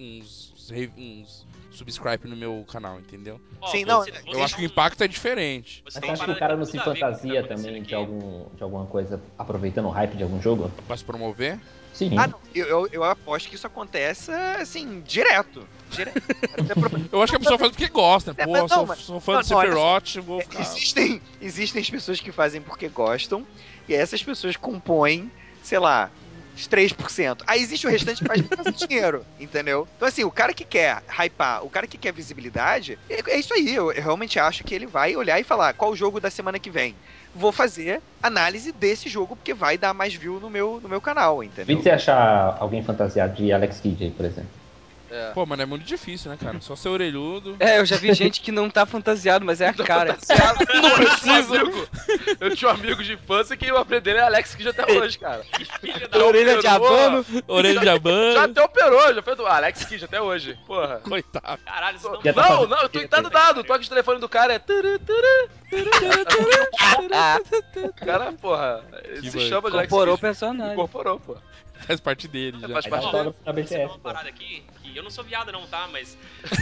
subscribe no meu canal, entendeu?
Sim, não,
Eu acho que o impacto é diferente.
Mas você acha que o cara não se fantasia também de alguma coisa, aproveitando o hype de algum jogo?
Pra se promover?
Sim.
Ah, não, eu aposto que isso acontece, assim, direto. Direto. Não é problema.
Eu acho que a pessoa faz porque gosta.
É,
Pô,
mas não,
sou fã
não,
de
não, olha
Sephiroth, vou ficar...
Existem as pessoas que fazem porque gostam, e essas pessoas compõem, sei lá, uns 3%. Aí existe o restante que faz por causa de dinheiro, entendeu? Então, assim, o cara que quer hypar, o cara que quer visibilidade, é isso aí. Eu realmente acho que ele vai olhar e falar qual o jogo da semana que vem. Vou fazer análise desse jogo, porque vai dar mais view no meu canal, entendeu?
Evite você achar alguém fantasiado de Alex Kidd aí, por exemplo.
É.
Pô, mano, é muito difícil, né, cara? Só ser orelhudo.
É, eu já vi gente que não tá fantasiado, mas é a cara.
Não preciso. Eu tinha um amigo de infância que o apelido dele é Alex Kidd até hoje, cara.
Filha da
Orelha de abano.
Orelha de
Já
abano.
até operou, já fez do Alex Kidd até hoje. Porra.
Coitado.
caralho, você não
Já tá
Não,
fazendo-
não, eu tô tá dado. O toque de telefone do cara é. O cara, porra, ele
Que
se
vai-
chama de Alex
Incorporou o
Kidd.
personagem.
Incorporou, pô.
Faz parte dele já.
Faz
Aí
parte
dá
dele.
autógrafo na
Você
BGS,
uma
pô.
parada aqui, que eu não sou viado não, tá? Mas...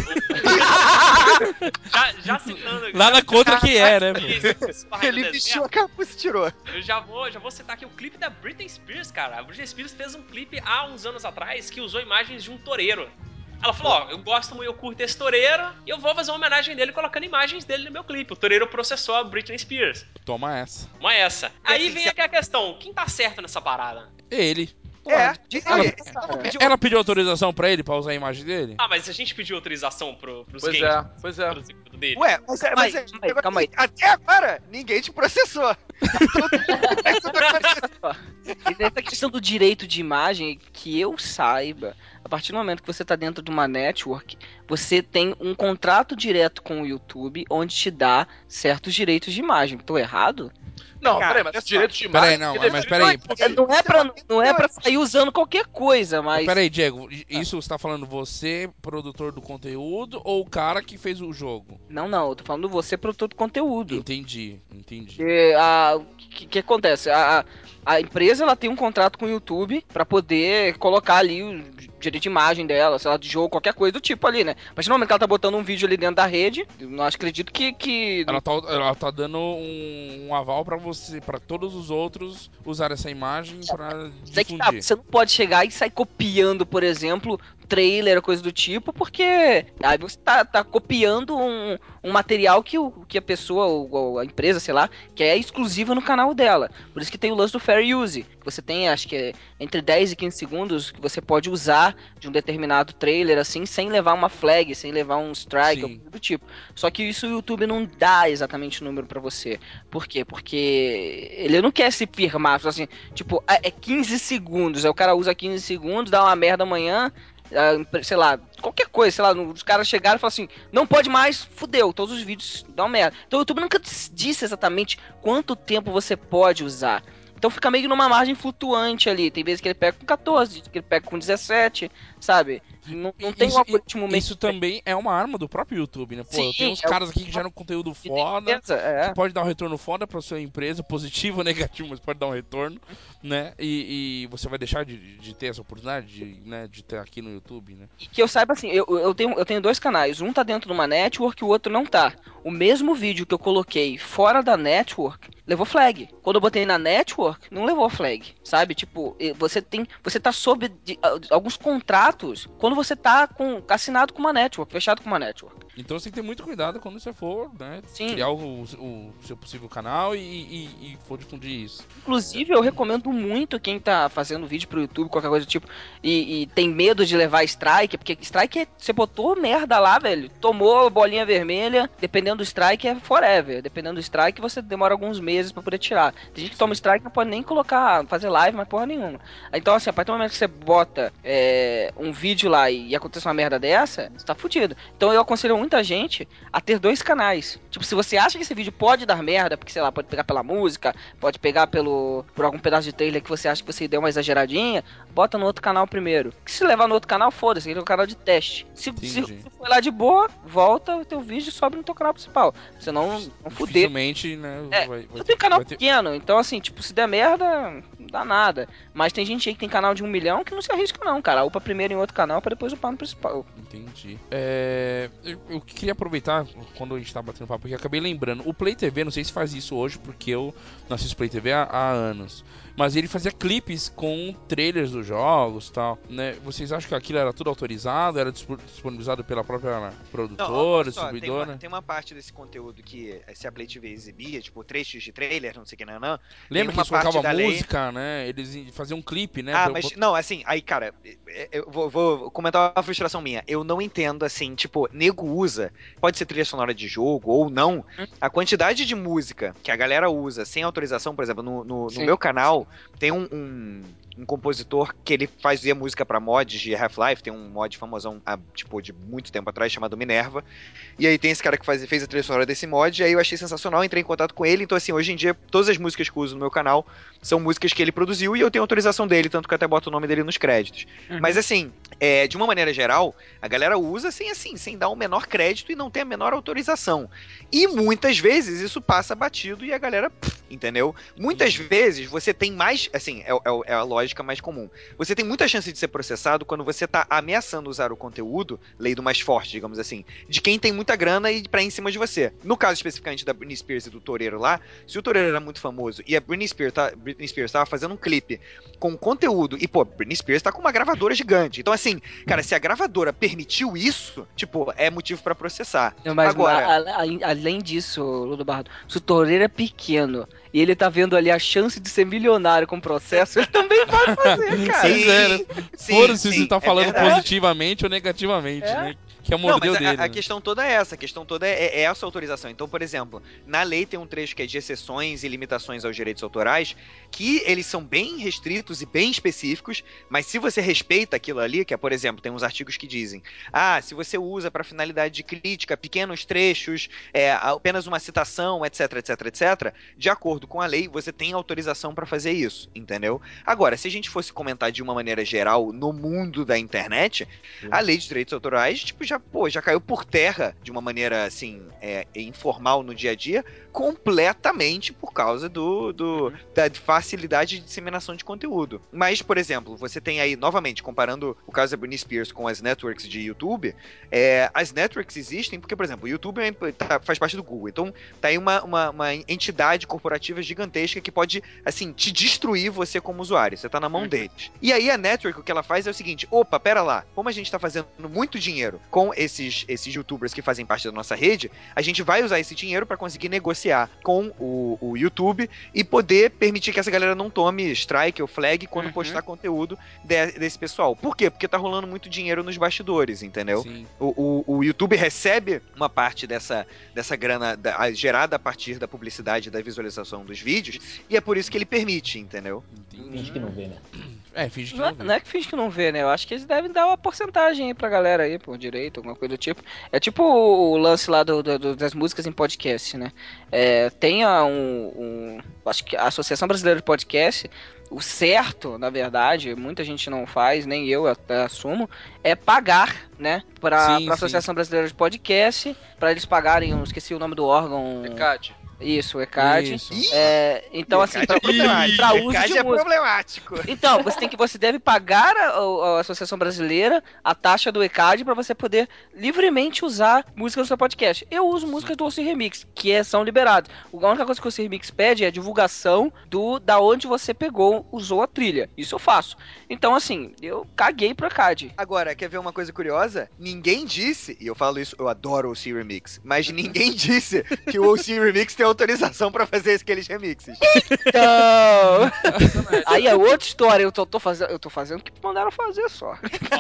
já citando...
Nada
já-
contra quem é, né, pô?
Esse barraco
Ele
do
vestiu a
deserto,
capa e se tirou.
eu já vou citar aqui o clipe da Britney Spears, cara. A Britney Spears fez um clipe há uns anos atrás que usou imagens de um toureiro. Ela falou, ó, eu gosto muito, eu curto esse toureiro e eu vou fazer uma homenagem dele colocando imagens dele no meu clipe. O toureiro processou a Britney Spears.
Toma essa.
Uma essa. Aí
assim,
vem
se-
aqui a questão, quem tá certo nessa parada?
Ele. Ela pediu autorização pra ele pra usar a imagem dele?
Ah, mas a gente pediu autorização pros
Pois
games,
é, pois é.
pros seguidores dele.
Ué, mas
Calma aí.
até agora, ninguém te processou.
E nessa questão do direito de imagem, que eu saiba, a partir do momento que você tá dentro de uma network, você tem um contrato direto com o YouTube, onde te dá certos direitos de imagem. Tô errado?
Não,
Cara,
peraí,
olha
mas
só.
direito de
Peraí,
imagem.
não,
ele
mas
é
peraí.
YouTube.
Não é pra sair usando qualquer coisa, mas...
Peraí, Diego, isso você tá falando você, produtor do conteúdo, ou o cara que fez o jogo?
Não, eu tô falando você, produtor do conteúdo.
Entendi.
O que acontece? A empresa ela tem um contrato com o YouTube pra poder colocar ali o direito de imagem dela, sei lá, de jogo, qualquer coisa do tipo ali, né? Mas no momento que ela tá botando um vídeo ali dentro da rede, eu não acredito que
Ela tá dando um aval pra você, pra todos os outros usar essa imagem pra
Sei que tá,
difundir.
você não pode chegar e sair copiando, por exemplo, trailer, coisa do tipo, porque aí você tá copiando um material que a pessoa, ou a empresa, sei lá, que é exclusivo no canal dela. Por isso que tem o lance do Fair Use, que você tem, acho que é entre 10 e 15 segundos que você pode usar de um determinado trailer, assim, sem levar uma flag, sem levar um strike,
Sim.
ou coisa do tipo. Só que isso o YouTube não dá exatamente o número pra você. Por quê? Porque ele não quer se firmar, assim, tipo, é 15 segundos, aí o cara usa 15 segundos, dá uma merda amanhã, sei lá, qualquer coisa, sei lá, os caras chegaram e falaram assim, não pode mais, fudeu, todos os vídeos dão merda. Então o YouTube nunca disse exatamente quanto tempo você pode usar. Então fica meio que numa margem flutuante ali. Tem vezes que ele pega com 14, que ele pega com 17, sabe? Não tem um algoritmo meio
Isso também é uma arma do próprio YouTube, né? Pô,
Sim,
eu tenho uns
é o-
caras aqui que geram conteúdo foda,
é.
que pode dar um retorno foda pra sua empresa, positivo ou negativo, mas pode dar um retorno, né? E você vai deixar de ter essa oportunidade de ter aqui no YouTube, né?
Que eu saiba assim, eu tenho dois canais. Um tá dentro de uma network e o outro não tá. O mesmo vídeo que eu coloquei fora da network levou flag. Quando eu botei na network, não levou flag. Sabe? Tipo, você tá sob alguns contratos quando você tá assinado com uma network, fechado com uma network.
Então você tem que ter muito cuidado quando você for, né?
Sim.
Criar o seu possível canal e for difundir isso.
Inclusive, eu recomendo muito quem tá fazendo vídeo pro YouTube, qualquer coisa do tipo, e tem medo de levar strike, porque strike você botou merda lá, velho, tomou bolinha vermelha, dependendo do strike é forever, dependendo do strike você demora alguns meses pra poder tirar. Tem gente que toma strike e não pode nem fazer live, mas porra nenhuma. Então, assim, a partir do momento que você bota um vídeo lá e acontece uma merda dessa, você tá fudido. Então eu aconselho muita gente a ter dois canais. Tipo, se você acha que esse vídeo pode dar merda, porque, sei lá, pode pegar pela música, pode pegar por algum pedaço de trailer que você acha que você deu uma exageradinha, bota no outro canal primeiro. Que se levar no outro canal, foda-se, ele é um canal de teste. Se for lá de boa, volta o teu vídeo e sobe no teu canal principal. Você não fuder.
Dificilmente, né?
Eu tenho canal pequeno, então assim, tipo, se der merda, não dá nada. Mas tem gente aí que tem canal de 1 milhão que não se arrisca não, cara. Upa primeiro em outro canal pra depois upar no principal.
Entendi. Eu queria aproveitar quando a gente tá batendo papo, porque eu acabei lembrando. O Play TV, não sei se faz isso hoje, porque eu não assisto Play TV há anos. Mas ele fazia clipes com trailers dos jogos e tal, né? Vocês acham que aquilo era tudo autorizado? Era disponibilizado pela própria
Não,
produtora,
olha só,
distribuidora?
tem uma parte desse conteúdo que se a Play TV exibia, tipo trechos de trailer, não sei o que, não.
Lembra que
uma
eles colocavam
parte da lei-
música, né? Eles faziam um clipe, né?
Mas não, assim, aí, cara, eu vou comentar uma frustração minha. Eu não entendo, assim, tipo, nego usa, pode ser trilha sonora de jogo ou não, a quantidade de música que a galera usa sem autorização, por exemplo, no
Sim.
meu canal, tem um compositor que ele fazia música pra mods de Half-Life, tem um mod famosão, tipo, de muito tempo atrás, chamado Minerva. E aí tem esse cara que fez a trilha sonora desse mod, e aí eu achei sensacional, entrei em contato com ele, então assim, hoje em dia, todas as músicas que eu uso no meu canal são músicas que ele produziu e eu tenho autorização dele, tanto que eu até boto o nome dele nos créditos. Mas assim, de uma maneira geral, a galera usa sem dar o menor crédito e não tem a menor autorização. E muitas vezes isso passa batido e a galera, entendeu? Muitas vezes você tem mais, assim, é a lógica mais comum. Você tem muita chance de ser processado quando você tá ameaçando usar o conteúdo, lei do mais forte, digamos assim, de quem tem muita grana e pra ir em cima de você. No caso especificamente da Britney Spears e do Toureiro lá, se o Toureiro era muito famoso e a Britney Spears tava fazendo um clipe com conteúdo, e pô, Britney Spears tá com uma gravadora gigante. Então assim, cara, se a gravadora permitiu isso, tipo, é motivo pra processar.
Não, mas
Agora,
além disso, Ludo Bardo, se o toureiro é pequeno e ele tá vendo ali a chance de ser milionário com o processo, ele também pode fazer, cara.
Pois é, né? Foda-se se tá falando
verdade.
positivamente ou negativamente, né? Que é
Não,
mordeu
mas
dele.
a
né?
questão toda é essa. A questão toda é essa autorização. Então, por exemplo, na lei tem um trecho que é de exceções e limitações aos direitos autorais, que eles são bem restritos e bem específicos, mas se você respeita aquilo ali, que é, por exemplo, tem uns artigos que dizem, se você usa para finalidade de crítica, pequenos trechos, apenas uma citação, etc, etc, etc, de acordo com a lei, você tem autorização para fazer isso, entendeu? Agora, se a gente fosse comentar de uma maneira geral no mundo da internet, a lei de direitos autorais, tipo, já caiu por terra de uma maneira, assim, informal no dia a dia, completamente por causa da facilidade de disseminação de conteúdo. Mas, por exemplo, você tem aí, novamente, comparando o caso da Britney Spears com as networks de YouTube, as networks existem porque, por exemplo, o YouTube faz parte do Google, então tá aí uma entidade corporativa gigantesca que pode, assim, te destruir você como usuário, você tá na mão deles. E aí a network, o que ela faz é o seguinte, opa, pera lá, como a gente tá fazendo muito dinheiro com esses youtubers que fazem parte da nossa rede, a gente vai usar esse dinheiro para conseguir negociar com o YouTube e poder permitir que essa galera não tome strike ou flag quando postar conteúdo desse pessoal. Por quê? Porque tá rolando muito dinheiro nos bastidores, entendeu?
Sim.
O YouTube recebe uma parte dessa grana gerada a partir da publicidade e da visualização dos vídeos, e é por isso que ele permite, entendeu?
Finge que não vê, né?
Finge que não vê.
Não é que finge que não vê, né? Eu acho que eles devem dar uma porcentagem aí pra galera aí, por direito, alguma coisa do tipo. É tipo o lance lá das músicas em podcast, né? Tem acho que a Associação Brasileira de Podcast, o certo, na verdade, muita gente não faz, nem eu até assumo, é pagar, né? Pra Associação Brasileira de Podcast, pra eles pagarem, eu esqueci o nome do órgão.
ECAD.
Isso, o ECAD.
Isso.
Então, assim, pra uso de música.
Problemático.
Então, você deve pagar a Associação Brasileira a taxa do ECAD para você poder livremente usar música no seu podcast. Eu uso músicas do OC Remix, que são liberadas. A única coisa que o OC Remix pede é a divulgação da onde você usou a trilha. Isso eu faço. Então, assim, eu caguei pro ECAD.
Agora, quer ver uma coisa curiosa? Ninguém disse, e eu falo isso, eu adoro o OC Remix, mas ninguém disse que o OC Remix tem autorização pra fazer aqueles remixes.
Então... Aí é outra história. Eu tô fazendo o que mandaram fazer só.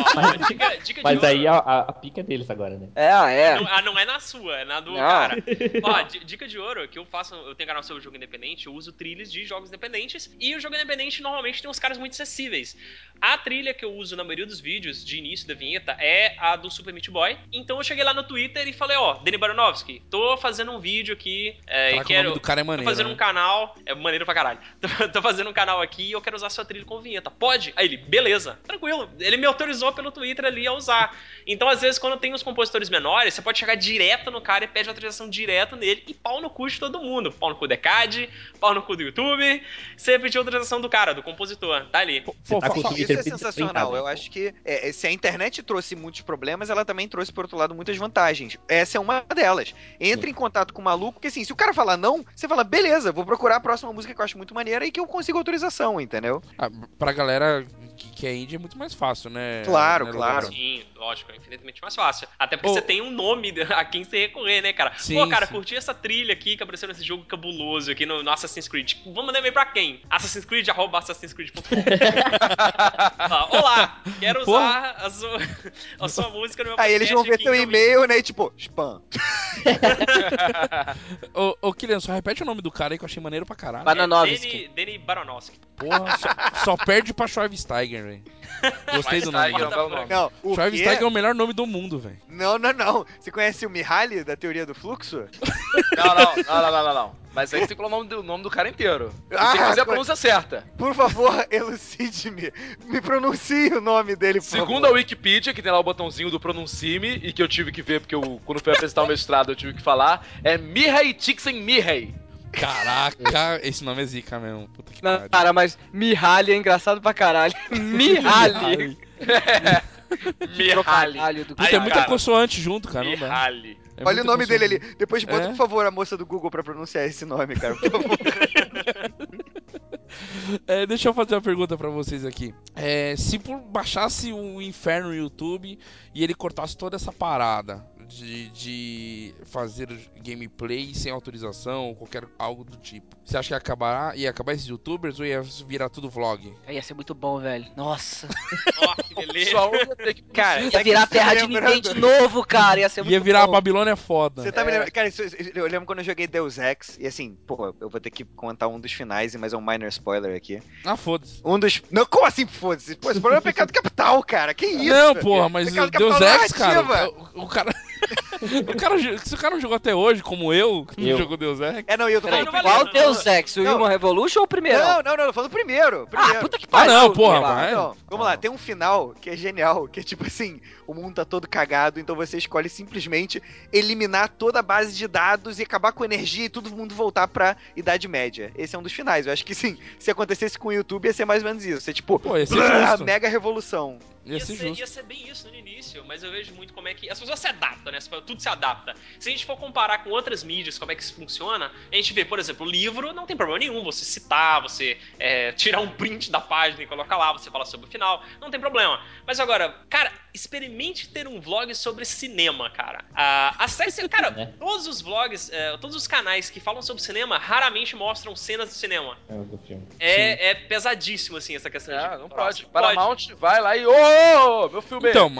Dica
Mas
de
aí
ouro.
a pica é deles agora, né?
Não é na sua, é na do
Não.
cara. Ó, dica de ouro, que eu tenho canal sobre jogo independente, eu uso trilhas de jogos independentes, e o jogo independente normalmente tem uns caras muito acessíveis. A trilha que eu uso na maioria dos vídeos de início da vinheta é a do Super Meat Boy. Então eu cheguei lá no Twitter e falei, Dani Baranovski, tô fazendo um vídeo aqui,
O nome do cara é maneiro,
tô fazendo
né?
um canal, é maneiro pra caralho. Tô fazendo um canal aqui e eu quero usar sua trilha com vinheta. Pode? Aí ele, beleza, tranquilo. Ele me autorizou pelo Twitter ali a usar. Então, às vezes, quando tem uns compositores menores, você pode chegar direto no cara e pede autorização direto nele e pau no cu de todo mundo. Pau no cu do ECAD, pau no cu do YouTube. Você pediu autorização do cara, do compositor. Tá ali.
Você tá com o
Isso
Twitter
é sensacional. Eu acho que se a internet trouxe muitos problemas, ela também trouxe, por outro lado, muitas vantagens. Essa é uma delas. Entre em contato com o maluco, porque assim, se o cara falar não, você fala, beleza, vou procurar a próxima música que eu acho muito maneira e que eu consigo autorização, entendeu?
Pra galera que é indie é muito mais fácil, né?
Claro,
né,
claro.
Logan?
Sim, lógico, é infinitamente mais fácil. Até porque você tem um nome a quem você recorrer, né, cara?
Sim,
Pô, cara,
sim.
curti essa trilha aqui que apareceu nesse jogo cabuloso aqui no Assassin's Creed. Vamos mandar e-mail pra quem? Assassin's Creed, @Assassin'sCreed.com. Olá, quero usar a sua música no meu
Aí
podcast.
eles vão ver
aqui
teu
em
e-mail, né? E tipo, spam.
Ô, Kylian, só repete o nome do cara aí que eu achei maneiro pra caralho.
Bananovski.
Danny Baronowski.
Porra, só perde pra Schweinsteiger, velho. Gostei do nome.
Schweinsteiger é um belo nome.
Não, o
Schweinsteiger
quê?
é o melhor nome do mundo, velho.
Não. Você conhece o Mihaly, da teoria do fluxo?
Não. Mas aí você tem que falar o nome do cara inteiro. E tem que fazer a pronúncia certa.
Por favor, elucide-me. Me pronuncie o nome dele, por
Segundo a
favor.
Wikipedia, que tem lá o botãozinho do Pronuncie-me, e que eu tive que ver, porque quando fui apresentar o mestrado eu tive que falar, é Mihai Csikszentmihalyi.
Caraca, esse nome é zica mesmo. Puta que
Não,
pariu.
cara, mas Mihaly é engraçado pra caralho. Mihaly.
Mihaly.
Trocadilho do
Puta, é muita
cara.
consoante junto, cara. Não dá.
Mihaly.
É
Olha o
muita
nome dele ali.
consoante.
Depois bota,
É?
por favor, a moça do Google pra pronunciar esse nome, cara. Por favor.
Deixa eu fazer uma pergunta pra vocês aqui. Se baixasse o Inferno no YouTube e ele cortasse toda essa parada de fazer gameplay sem autorização ou qualquer algo do tipo, você acha que ia acabar esses youtubers ou ia virar tudo vlog?
Ia ser muito bom, velho. Nossa.
Ó, que beleza.
Só ia ter que
Cara,
Ia
sabe
virar
que você
terra
tá
de
lembrando?
ninguém de novo, cara. Ia ser muito
Ia virar a
bom.
Babilônia foda.
Você tá me lembrando. Cara, eu lembro quando eu joguei Deus Ex, e assim, pô, eu vou ter que contar um dos finais, mas é um minor spoiler aqui.
Ah, foda-se.
Um dos. Não, como assim, foda-se? Pô, esse problema é pecado capital, cara. Que isso?
Não, porra, mas
Pecado
o Deus
capital
Ex, cara.
narrativa.
O cara. Se o cara não jogou até hoje, como eu, que não
Eu.
jogou Deus Ex.
É, não, e eu tô
Peraí,
falando
não
primeiro.
valeu,
qual Deus Ex? O
Não.
Human Revolution ou o primeiro?
Não, eu tô falando primeiro.
Ah, puta que
Ah,
pariu.
não, porra,
Sei lá.
vai.
Então, vamos lá, tem um final que é genial, que é tipo assim, o mundo tá todo cagado, então você escolhe simplesmente eliminar toda a base de dados e acabar com a energia e todo mundo voltar pra Idade Média. Esse é um dos finais. Eu acho que sim, se acontecesse com o YouTube ia ser mais ou menos isso. É tipo,
Pô, ia ser justo.
mega revolução.
Ia ser justo.
Ia ser bem isso no início, mas eu vejo muito como é que as pessoas se adaptam, né? Tudo se adapta. Se a gente for comparar com outras mídias, como é que isso funciona, a gente vê, por exemplo, o livro não tem problema nenhum, você citar, você tirar um print da página e colocar lá, você fala sobre o final, não tem problema. Mas agora, cara, experimente ter um vlog sobre cinema, cara. Acesse, cara,
Né?
todos os vlogs, todos os canais que falam sobre cinema raramente mostram cenas do cinema.
É o do filme.
É pesadíssimo, assim, essa questão de...
Não pode. Paramount vai lá e. Ô, meu filme.
Então,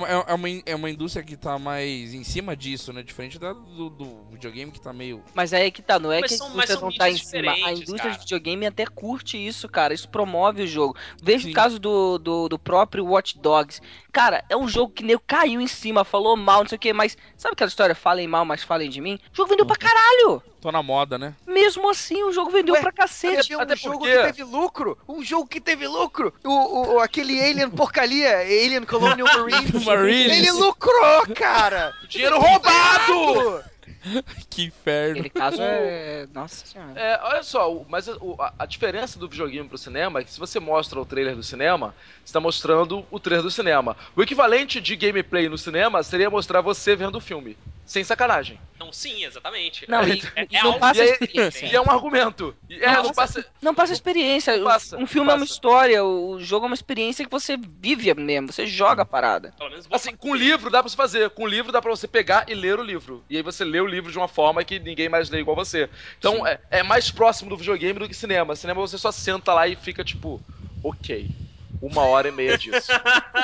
é uma indústria que tá mais em cima disso, né? Diferente do videogame que tá meio.
Mas aí que tá, não é
Mas
que a
são
indústria não tá em
mídias
cima. A
diferentes,
indústria
cara.
de videogame até curte isso, cara. Isso promove o jogo. Veja
Sim.
o caso do próprio Watch Dogs. Cara, é um jogo que nego caiu em cima, falou mal, não sei o que, mas sabe aquela história? Falem mal, mas falem de mim? O jogo vendeu pra caralho!
Tô na moda, né?
Mesmo assim, o jogo vendeu
Ué,
pra cacete.
Um
até
jogo
porque-
que teve lucro! Um jogo que teve lucro! Aquele Alien porcaria, Alien Colonial Marines.
Marines.
Ele lucrou, cara!
Dinheiro roubado!
Que inferno.
Aquele caso é. Nossa senhora.
Olha só, mas a diferença do videogame pro cinema é que se você mostra o trailer do cinema, você tá mostrando o trailer do cinema. O equivalente de gameplay no cinema seria mostrar você vendo o filme. Sem sacanagem.
Não, sim, exatamente.
Não, e não
algo
passa
E, aí-
experiência.
e é um argumento. Não passa.
Não passa experiência.
Não passa,
Um filme
não
é uma
passa.
história, o jogo é uma experiência que você vive mesmo, você joga a parada.
Pelo menos
Assim, com livro dá pra você fazer. Com livro dá pra você pegar e ler o livro. E aí você lê o livro de uma forma que ninguém mais lê igual você. Então é mais próximo do videogame do que cinema. Cinema você só senta lá e fica tipo, ok. 1h30 disso.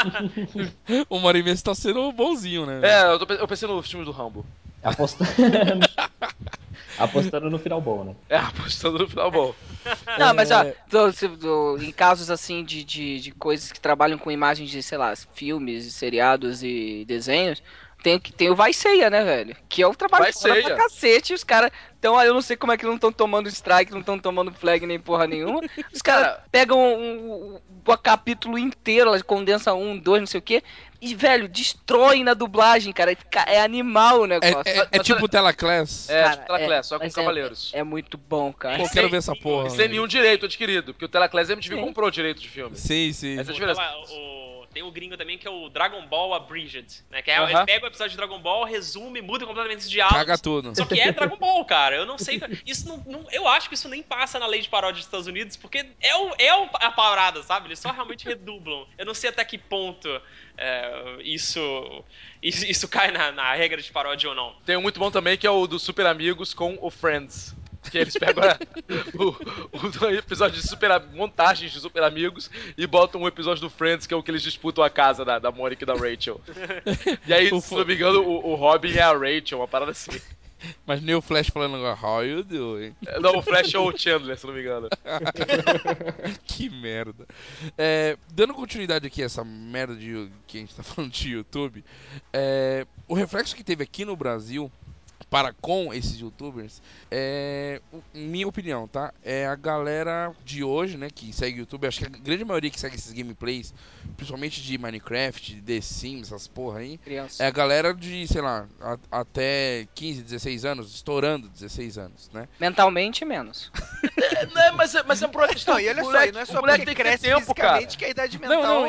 O Marimês tá sendo bonzinho, né?
Eu pensei no filme do Rambo.
Apostando. Apostando no final bom, né?
Apostando no final bom.
Não, mas em casos assim de coisas que trabalham com imagens de, sei lá, filmes, seriados e desenhos, tem o Vai Ceia, né, velho? Que é o trabalho
Vai
foda pra
Ceia.
cacete. Os caras então eu não sei como é que não estão tomando strike, não estão tomando flag nem porra nenhuma. Os caras pegam um capítulo inteiro, elas condensam 1, 2, não sei o quê. E, velho, destroem na dublagem, cara. É animal o negócio.
É tipo Telaclass.
Cara,
tipo Telaclass, só com
mas
Cavaleiros.
É muito bom, cara.
Pô, quero ver essa porra.
E sem nenhum direito adquirido, porque o Telaclass MTV
Sim.
comprou o direito de filme.
Sim, sim.
Essa é a diferença.
Tem um gringo também que é o Dragon Ball Abridged, né? Que é, ele pega o episódio de Dragon Ball, resume, muda completamente os diálogos.
Caga tudo.
Só que é Dragon Ball, cara. Eu não sei. Isso eu acho que isso nem passa na lei de paródia dos Estados Unidos, porque a parada, sabe? Eles só realmente redublam. Eu não sei até que ponto isso cai na regra de paródia ou não.
Tem um muito bom também que é o do Super Amigos com o Friends. Que eles pegam o episódio de montagens de Super Amigos e botam um episódio do Friends, que é o que eles disputam a casa da Mônica e da Rachel. E aí, se não me engano, o Robin é a Rachel, uma parada assim.
Mas nem o Flash falando how you doing?
Não, o Flash é o Chandler, se não me engano.
Que merda. Dando continuidade aqui a essa merda que a gente tá falando de YouTube, o reflexo que teve aqui no Brasil para com esses youtubers, minha opinião, tá? É a galera de hoje, né, que segue o YouTube, acho que a grande maioria que segue esses gameplays, principalmente de Minecraft, de The Sims, essas porra aí,
Criança.
é a galera de, sei lá, até 15, 16 anos, estourando 16 anos, né?
Mentalmente, menos.
Mas é por uma questão.
Não, e olha só,
moleque,
e não é
o
só
moleque
porque
tem que ter
cresce
tempo, cara.
fisicamente que a idade mental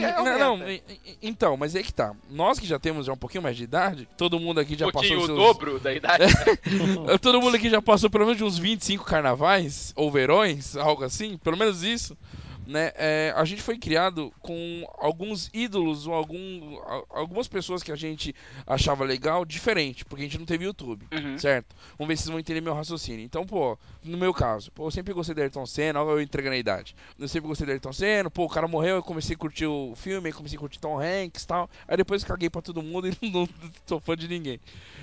Então, mas aí que tá. Nós que já temos um pouquinho mais de idade, todo mundo aqui já
Um
passou
pouquinho o
seus...
dobro da idade.
Todo mundo aqui já passou pelo menos de uns 25 carnavais, ou verões, algo assim, pelo menos isso, né? A gente foi criado com alguns ídolos ou algumas pessoas que a gente achava legal, diferente, porque a gente não teve YouTube, certo? Vamos ver se vocês vão entender meu raciocínio. Então, pô, no meu caso, eu sempre gostei de Ayrton Senna, olha eu entregando a idade. Eu sempre gostei de Ayrton Senna, o cara morreu, eu comecei a curtir o filme, comecei a curtir Tom Hanks e tal. Aí depois caguei pra todo mundo e não sou fã de ninguém.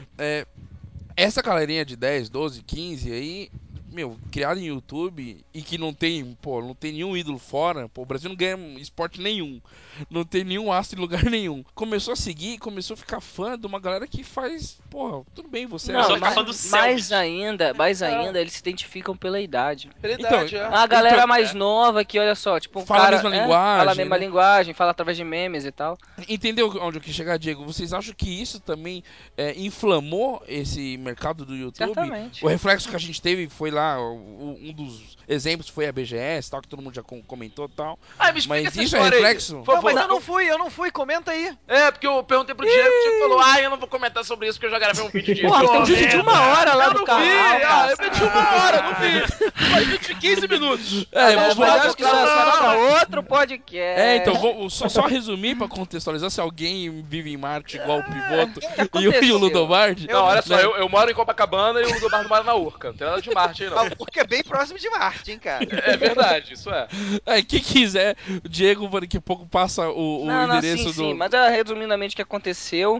Essa galerinha de 10, 12, 15 aí, criada em YouTube e que não tem nenhum ídolo fora, o Brasil não ganha esporte nenhum, não tem nenhum astro em lugar nenhum. Começou a seguir, começou a ficar fã de uma galera que faz, tudo bem, você
Não,
Só ficar fã do
mais
Selbit.
ainda, eles se identificam pela idade.
Verdade,
A galera mais nova que, olha só, tipo,
fala a mesma linguagem,
fala a mesma
né?
linguagem, fala através de memes e tal.
Entendeu onde eu quis chegar, Diego? Vocês acham que isso também inflamou esse mercado do YouTube?
Certamente.
O reflexo que a gente teve foi lá, um dos exemplos foi a BGS, tal, que todo mundo já comentou e tal.
Me explica
Mas
essa
isso é
história aí,
reflexo?
por
Não,
favor.
mas eu não fui, comenta aí.
Porque eu perguntei pro Diego, o Diego falou, eu não vou comentar sobre isso, porque eu já gravei um vídeo disso.
Porra, tem um vídeo de 1 hora lá
Eu
do
não
canal,
vi,
cara.
eu meti 1 hora, não vi. Faz vídeo de 15 minutos.
Mas acho que isso é assunto pra outro podcast.
Então, vou só resumir pra contextualizar, se alguém vive em Marte igual o Pivoto e
aconteceu?
o Ludobardi.
Não, olha só, eu moro em Copacabana e o Ludobardo mora na Urca. Não tem nada de Marte aí, não.
Porque é bem próximo de Marte, hein, cara.
É verdade, isso é.
Quem quiser, o Diego daqui a pouco passa o endereço do...
Sim, mas resumidamente o que aconteceu,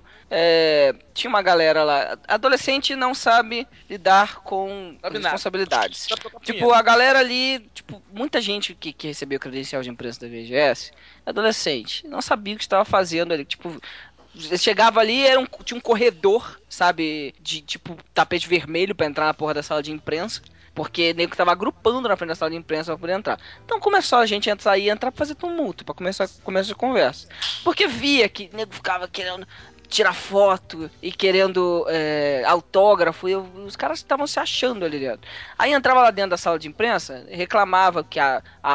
tinha uma galera lá, adolescente não sabe lidar com
Sabe nada.
responsabilidades.
Sabe tocar
Tipo,
punheta.
a galera ali, tipo, muita gente que recebeu credencial de imprensa da VGS, adolescente, não sabia o que estava fazendo ali, tipo... Chegava ali, tinha um corredor, sabe, de tipo tapete vermelho pra entrar na porra da sala de imprensa. Porque o nego tava agrupando na frente da sala de imprensa pra poder entrar. Então começou a gente a entrar pra fazer tumulto, pra começar a conversa. Porque via que o nego ficava querendo tirar foto e querendo autógrafo, e os caras estavam se achando ali dentro. Aí entrava lá dentro da sala de imprensa, reclamava que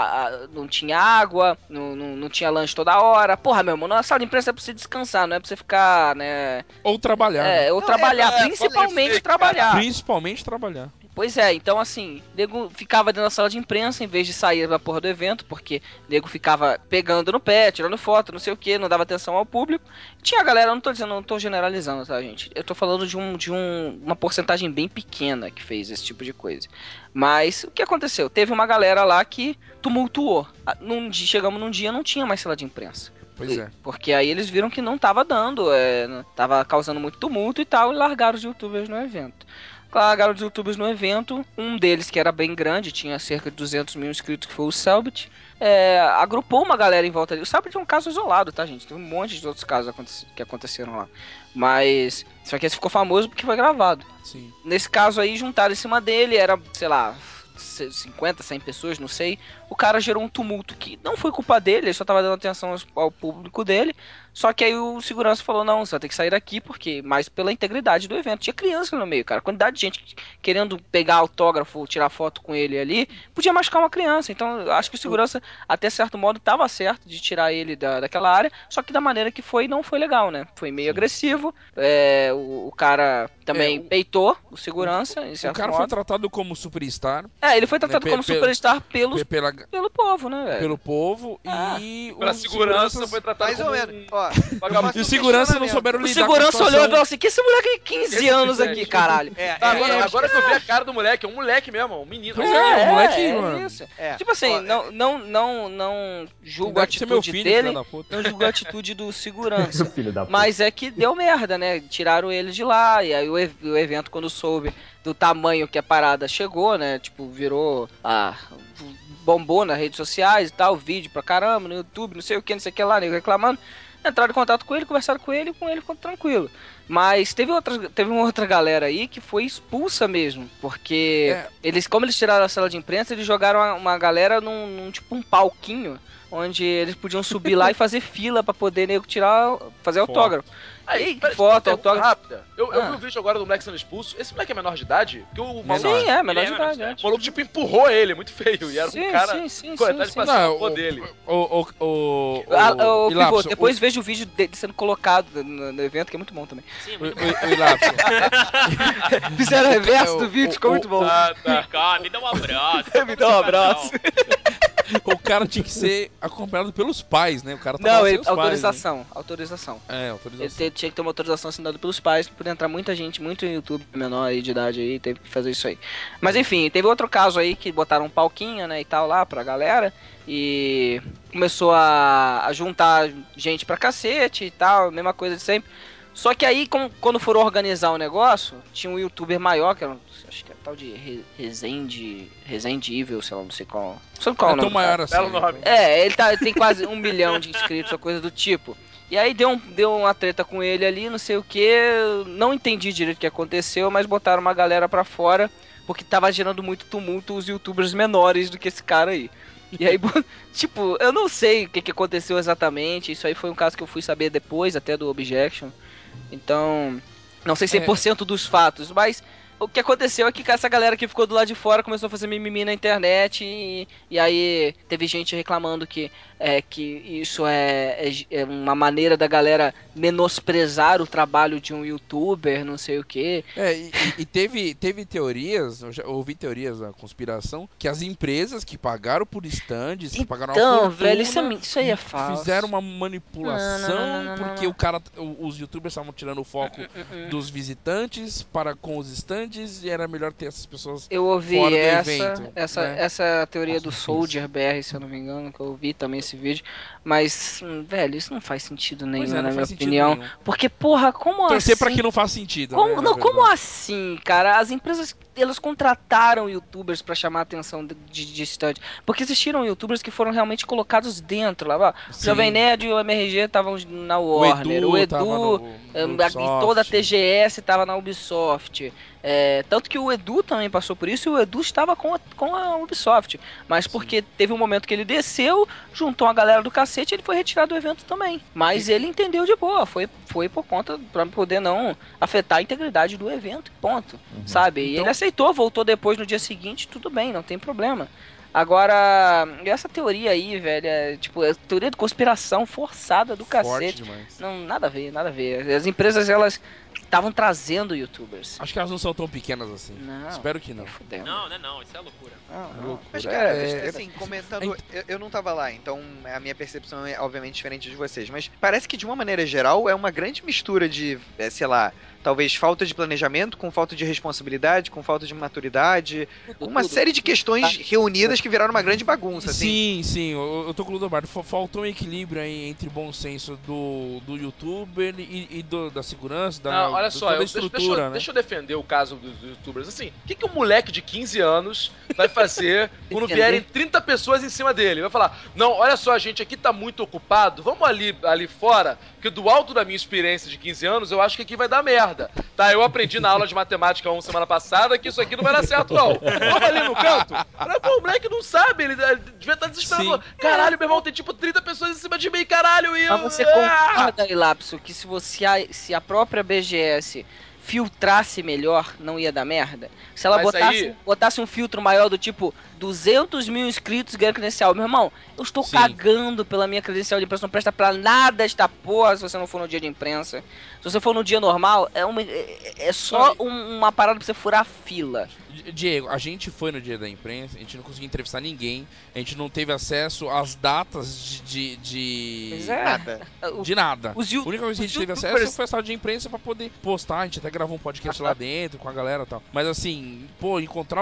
não tinha água, não tinha lanche toda hora. Porra, meu irmão, na sala de imprensa é pra você descansar, não é pra você ficar, né...
Ou trabalhar. Né?
Ou trabalhar, principalmente trabalhar.
Principalmente trabalhar.
Pois é, então assim, nego ficava dentro da sala de imprensa em vez de sair da porra do evento, porque nego ficava pegando no pé, tirando foto, não sei o que, não dava atenção ao público. Tinha a galera, não tô generalizando, tá, gente? Eu tô falando de uma porcentagem bem pequena que fez esse tipo de coisa. Mas o que aconteceu? Teve uma galera lá que tumultuou. Chegamos num dia, não tinha mais sala de imprensa.
Pois é.
Porque aí eles viram que não tava dando, tava causando muito tumulto e tal, e largaram os youtubers no evento. Largaram os youtubers no evento, um deles que era bem grande, tinha cerca de 200 mil inscritos, que foi o Selbit, agrupou uma galera em volta dele. O Selbit é um caso isolado, tá, gente? Tem um monte de outros casos que aconteceram lá. Mas, só que esse ficou famoso porque foi gravado.
Sim.
Nesse caso aí, juntaram em cima dele, era, sei lá... 50, 100 pessoas, não sei. O cara gerou um tumulto que não foi culpa dele, ele só tava dando atenção ao público dele. Só que aí o segurança falou, não, você vai ter que sair daqui, porque mais pela integridade do evento. Tinha criança no meio, cara. A quantidade de gente querendo pegar autógrafo, tirar foto com ele ali, podia machucar uma criança. Então, eu acho que o segurança, até certo modo, estava certo de tirar ele daquela área, só que da maneira que foi, não foi legal, né? Foi meio agressivo. O cara também peitou o segurança, em
O
certo
cara foi
modo.
tratado como superstar.
Ele foi tratado
Né,
como superstar
pela,
pelo povo, né, velho?
pelo povo
Ah,
e
Pela
os
segurança
seguranças-
foi tratado
Mais ou
como
menos.
um
Ó,
vagabundo.
E os seguranças não souberam
O
lidar com a
segurança olhou e
situação.
falou assim, que esse moleque tem 15 anos aqui, caralho.
Agora que eu vi a cara do moleque, é um moleque mesmo, um menino.
Pois é, o moleque, mano.
Isso.
É.
Tipo assim,
Ó,
não julgo a
Deve ser meu
atitude
filho,
dele,
filho da puta.
não julgo a atitude do segurança.
Filho da puta.
Mas é que deu merda, né? Tiraram ele de lá, e aí o evento, quando soube do tamanho que a parada chegou, né? Tipo, virou. Bombou nas redes sociais e tal, vídeo pra caramba, no YouTube, não sei o que, não sei o que lá, nego reclamando. Entraram em contato com ele, conversaram com ele e com ele ficou tranquilo. Mas teve uma outra galera aí que foi expulsa mesmo, porque como eles tiraram a sala de imprensa, eles jogaram uma galera num tipo um palquinho, onde eles podiam subir lá e fazer fila pra poder nego fazer autógrafo.
Aí,
Que foto, autógrafo.
rápida. Eu vi o vídeo agora do moleque sendo expulso. Esse moleque é menor de idade? Porque o maluco,
Sim, é, menor
Ele
de
é menor de
idade.
idade.
o maluco tipo empurrou ele, muito feio. E era
Sim,
um cara
sim,
corretagem
sim,
pra
sim.
cima
Não,
dele.
Ô, Pivô,
Ilapso,
depois veja o vídeo dele sendo colocado no evento, que é muito bom também.
Sim, é muito bom.
o Ilapso.
Fizeram o reverso do vídeo, ficou muito bom.
Ah, tá.
Cara, me dá um abraço.
Me dá um abraço.
O cara tinha que ser acompanhado pelos pais, né? O cara tava
Não,
sem os pais,
autorização.
né? É, autorização.
Ele tinha que ter uma autorização assinada pelos pais pra poder entrar muita gente, muito YouTube menor aí de idade aí, teve que fazer isso aí. Mas enfim, teve outro caso aí que botaram um palquinho, né, e tal lá pra galera e começou a juntar gente pra cacete e tal, mesma coisa de sempre. Só que aí, quando foram organizar o negócio, tinha um youtuber maior, que era, acho que é tal de Resende Evil, sei lá, não sei qual. Não sei qual é o
É tão
nome do cara.
maior assim.
Belo
né?
nome.
Ele tem quase 1 milhão de inscritos, ou coisa do tipo. E aí deu uma treta com ele ali, não sei o que. Não entendi direito o que aconteceu, mas botaram uma galera pra fora, porque tava gerando muito tumulto os youtubers menores do que esse cara aí. E aí, tipo, eu não sei o que aconteceu exatamente. Isso aí foi um caso que eu fui saber depois, até do Objection. Então, não sei 100% dos fatos, mas o que aconteceu é que essa galera que ficou do lado de fora começou a fazer mimimi na internet e aí teve gente reclamando que isso é uma maneira da galera menosprezar o trabalho de um youtuber, não sei o que.
E teve teorias, eu já ouvi teorias da conspiração, que as empresas que pagaram por stands, que pagaram uma
Então,
fortuna,
velho, isso aí é falso.
fizeram uma manipulação,
Não,
porque os youtubers estavam tirando o foco dos visitantes para com os stands e era melhor ter essas pessoas
Eu ouvi
fora do evento. Né?
essa teoria do Soldier BR, se eu não me engano, que eu ouvi também esse vídeo. Mas, velho, isso não faz sentido nenhum,
Pois é, não
na minha
faz sentido
opinião.
nenhum.
Porque, porra, como
Torcer
assim?
pra que não faz sentido,
Como,
né,
não,
na
como
verdade.
assim, cara? As empresas, elas contrataram youtubers pra chamar a atenção de stand. Porque existiram youtubers que foram realmente colocados dentro lá. Ó. O
Sim.
Jovem Nerd e o MRG estavam na Warner. O Edu
tava no
e toda a TGS tava na Ubisoft. Tanto que o Edu também passou por isso e o Edu estava com a Ubisoft. Mas porque teve um momento que ele desceu, juntou a galera do cacete e ele foi retirado do evento também. Mas ele entendeu de boa. Foi por conta pra poder não afetar a integridade do evento, ponto. Sabe? E
Então-
ele aceitou, voltou depois no dia seguinte, tudo bem, não tem problema. Agora, essa teoria aí, velho, é teoria de conspiração forçada do
Forte
cacete.
demais.
Não, nada a ver, nada a ver. As empresas, elas estavam trazendo youtubers.
Acho que elas não são tão pequenas assim.
Não.
Espero que não.
Nem fudendo.
Não, isso é loucura.
Não.
Mas,
Loucura.
cara, assim, comentando, eu não tava lá, então a minha percepção é obviamente diferente de vocês, mas parece que de uma maneira geral é uma grande mistura de, sei lá, talvez falta de planejamento, com falta de responsabilidade, com falta de maturidade, uma série de questões reunidas que viraram uma grande bagunça, assim.
Sim, eu tô com o Ludobardo. Faltou um equilíbrio aí entre bom senso do youtuber e da segurança, da
olha só,
toda a
deixa,
estrutura, né?
deixa eu defender o caso dos youtubers. Assim, o que um moleque de 15 anos vai fazer quando vierem 30 pessoas em cima dele? Vai falar, não, olha só, a gente aqui tá muito ocupado, vamos ali fora, porque do alto da minha experiência de 15 anos, eu acho que aqui vai dar merda. Tá, eu aprendi na aula de matemática uma semana passada que isso aqui não vai dar certo, não. Vamos ali no canto? Pô, o moleque não sabe, ele devia estar desesperado.
Sim.
Caralho, meu irmão, tem tipo 30 pessoas em cima de mim, caralho, e eu...
Mas você concorda, Ilapso, que se a própria BGS filtrasse melhor, não ia dar merda? Se ela
Mas
botasse um filtro maior do tipo 200 mil inscritos ganha credencial. Meu irmão, eu estou
Sim.
cagando pela minha credencial de imprensa, não presta pra nada esta porra se você não for no dia de imprensa. Se você for no dia normal, é só uma parada pra você furar a fila.
Diego, a gente foi no dia da imprensa, a gente não conseguiu entrevistar ninguém, a gente não teve acesso às datas
Pois é.
Nada.
de nada.
Os
A única coisa que a gente teve acesso foi a sala de imprensa pra poder postar. A gente até gravou um podcast lá dentro com a galera e tal. Mas assim, pô, encontrar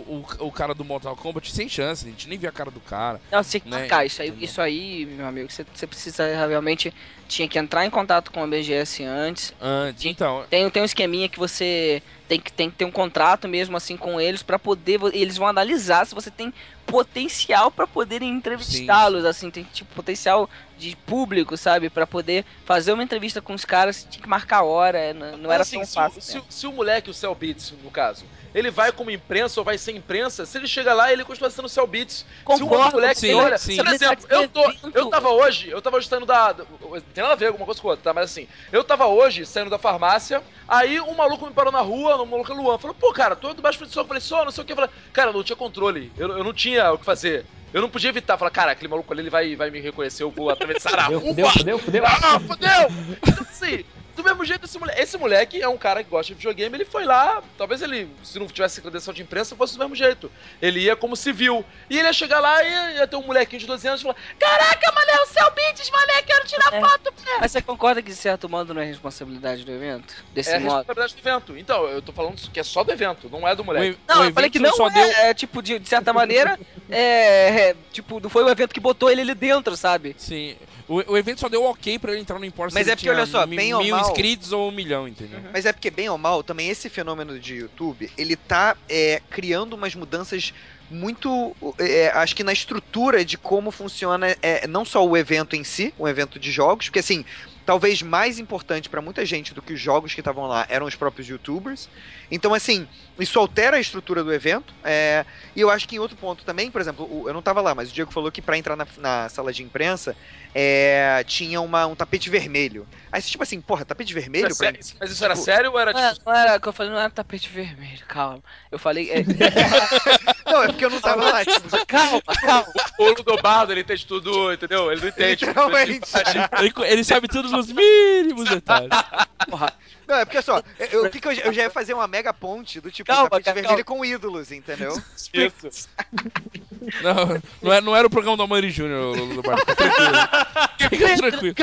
o cara do Mortal Kombat sem chance. A gente nem viu a cara do cara.
Não, você tem que
né?
marcar
Entendeu?
isso aí, meu amigo. Você precisa realmente. Tinha que entrar em contato com a BGS antes.
Antes, então.
Tem um esqueminha que você tem que ter um contrato mesmo assim com eles pra poder. Eles vão analisar se você tem potencial pra poderem entrevistá-los, assim, tem tipo potencial de público, sabe, pra poder fazer uma entrevista com os caras, tinha que marcar a hora, não era
assim,
tão fácil.
se o moleque, o Cell Beats, no caso, ele vai como imprensa ou vai sem imprensa, se ele chega lá, ele continua sendo Cell Beats. Se um outro
Concordo,
moleque,
sim,
olha,
sim.
por exemplo, eu tava hoje saindo não tem nada a ver alguma coisa com outra, tá? Mas assim, eu tava hoje saindo da farmácia, aí um maluco me parou na rua, um maluco Luan, falou, pô, cara, tô debaixo do som, eu falei, só, não sei o que, eu falei, cara, eu não tinha controle, eu não tinha o que fazer. Eu não podia evitar, falar, cara, aquele maluco ali, ele vai me reconhecer, eu vou atravessar a rua.
Fudeu.
Ah, fudeu! Então, assim, do mesmo jeito, esse moleque é um cara que gosta de videogame, ele foi lá, talvez ele, se não tivesse credencial de imprensa, fosse do mesmo jeito. Ele ia como civil. E ele ia chegar lá e ia ter um molequinho de 12 anos e falar, caraca, mané, o Cell Beats, mané, quero tirar foto, mané.
Mas você concorda que de certo modo não é responsabilidade do evento? Desse
É a
modo?
responsabilidade do evento. Então, eu tô falando que é só do evento, não é do moleque.
Não,
O
eu falei que
evento
não
só deu.
tipo, de certa maneira, tipo, não foi o evento que botou ele ali dentro, sabe?
Sim. O evento só deu ok pra ele entrar, não importa
Mas
se
é
ele
porque,
tinha
olha só, bem ou
1.000
mal-
inscritos ou 1 milhão, entendeu?
Mas é porque, bem ou mal, também esse fenômeno de YouTube, ele tá criando umas mudanças muito, acho que na estrutura de como funciona, não só o evento em si, o evento de jogos, porque assim, talvez mais importante pra muita gente do que os jogos que estavam lá eram os próprios YouTubers. Então, assim, isso altera a estrutura do evento. E eu acho que em outro ponto também, por exemplo, eu não tava lá, mas o Diego falou que pra entrar na sala de imprensa tinha um tapete vermelho. Aí você, tipo assim, porra, tapete vermelho?
Mas isso era sério ou era tipo...
Não era, que eu falei, não era tapete vermelho, calma. Eu falei,
Não, é porque eu não tava lá, tipo,
calma.
O Ludobardo, ele entende tudo, entendeu? Ele não entende.
literalmente.
Ele sabe todos os mínimos detalhes.
Porra.
Não, é porque só, eu já ia fazer uma mega ponte do tipo
Calma,
tapete
cara,
vermelho
calma.
com ídolos, entendeu?
Isso.
Não era o programa do Amari Júnior, do Bar. Fica tranquilo.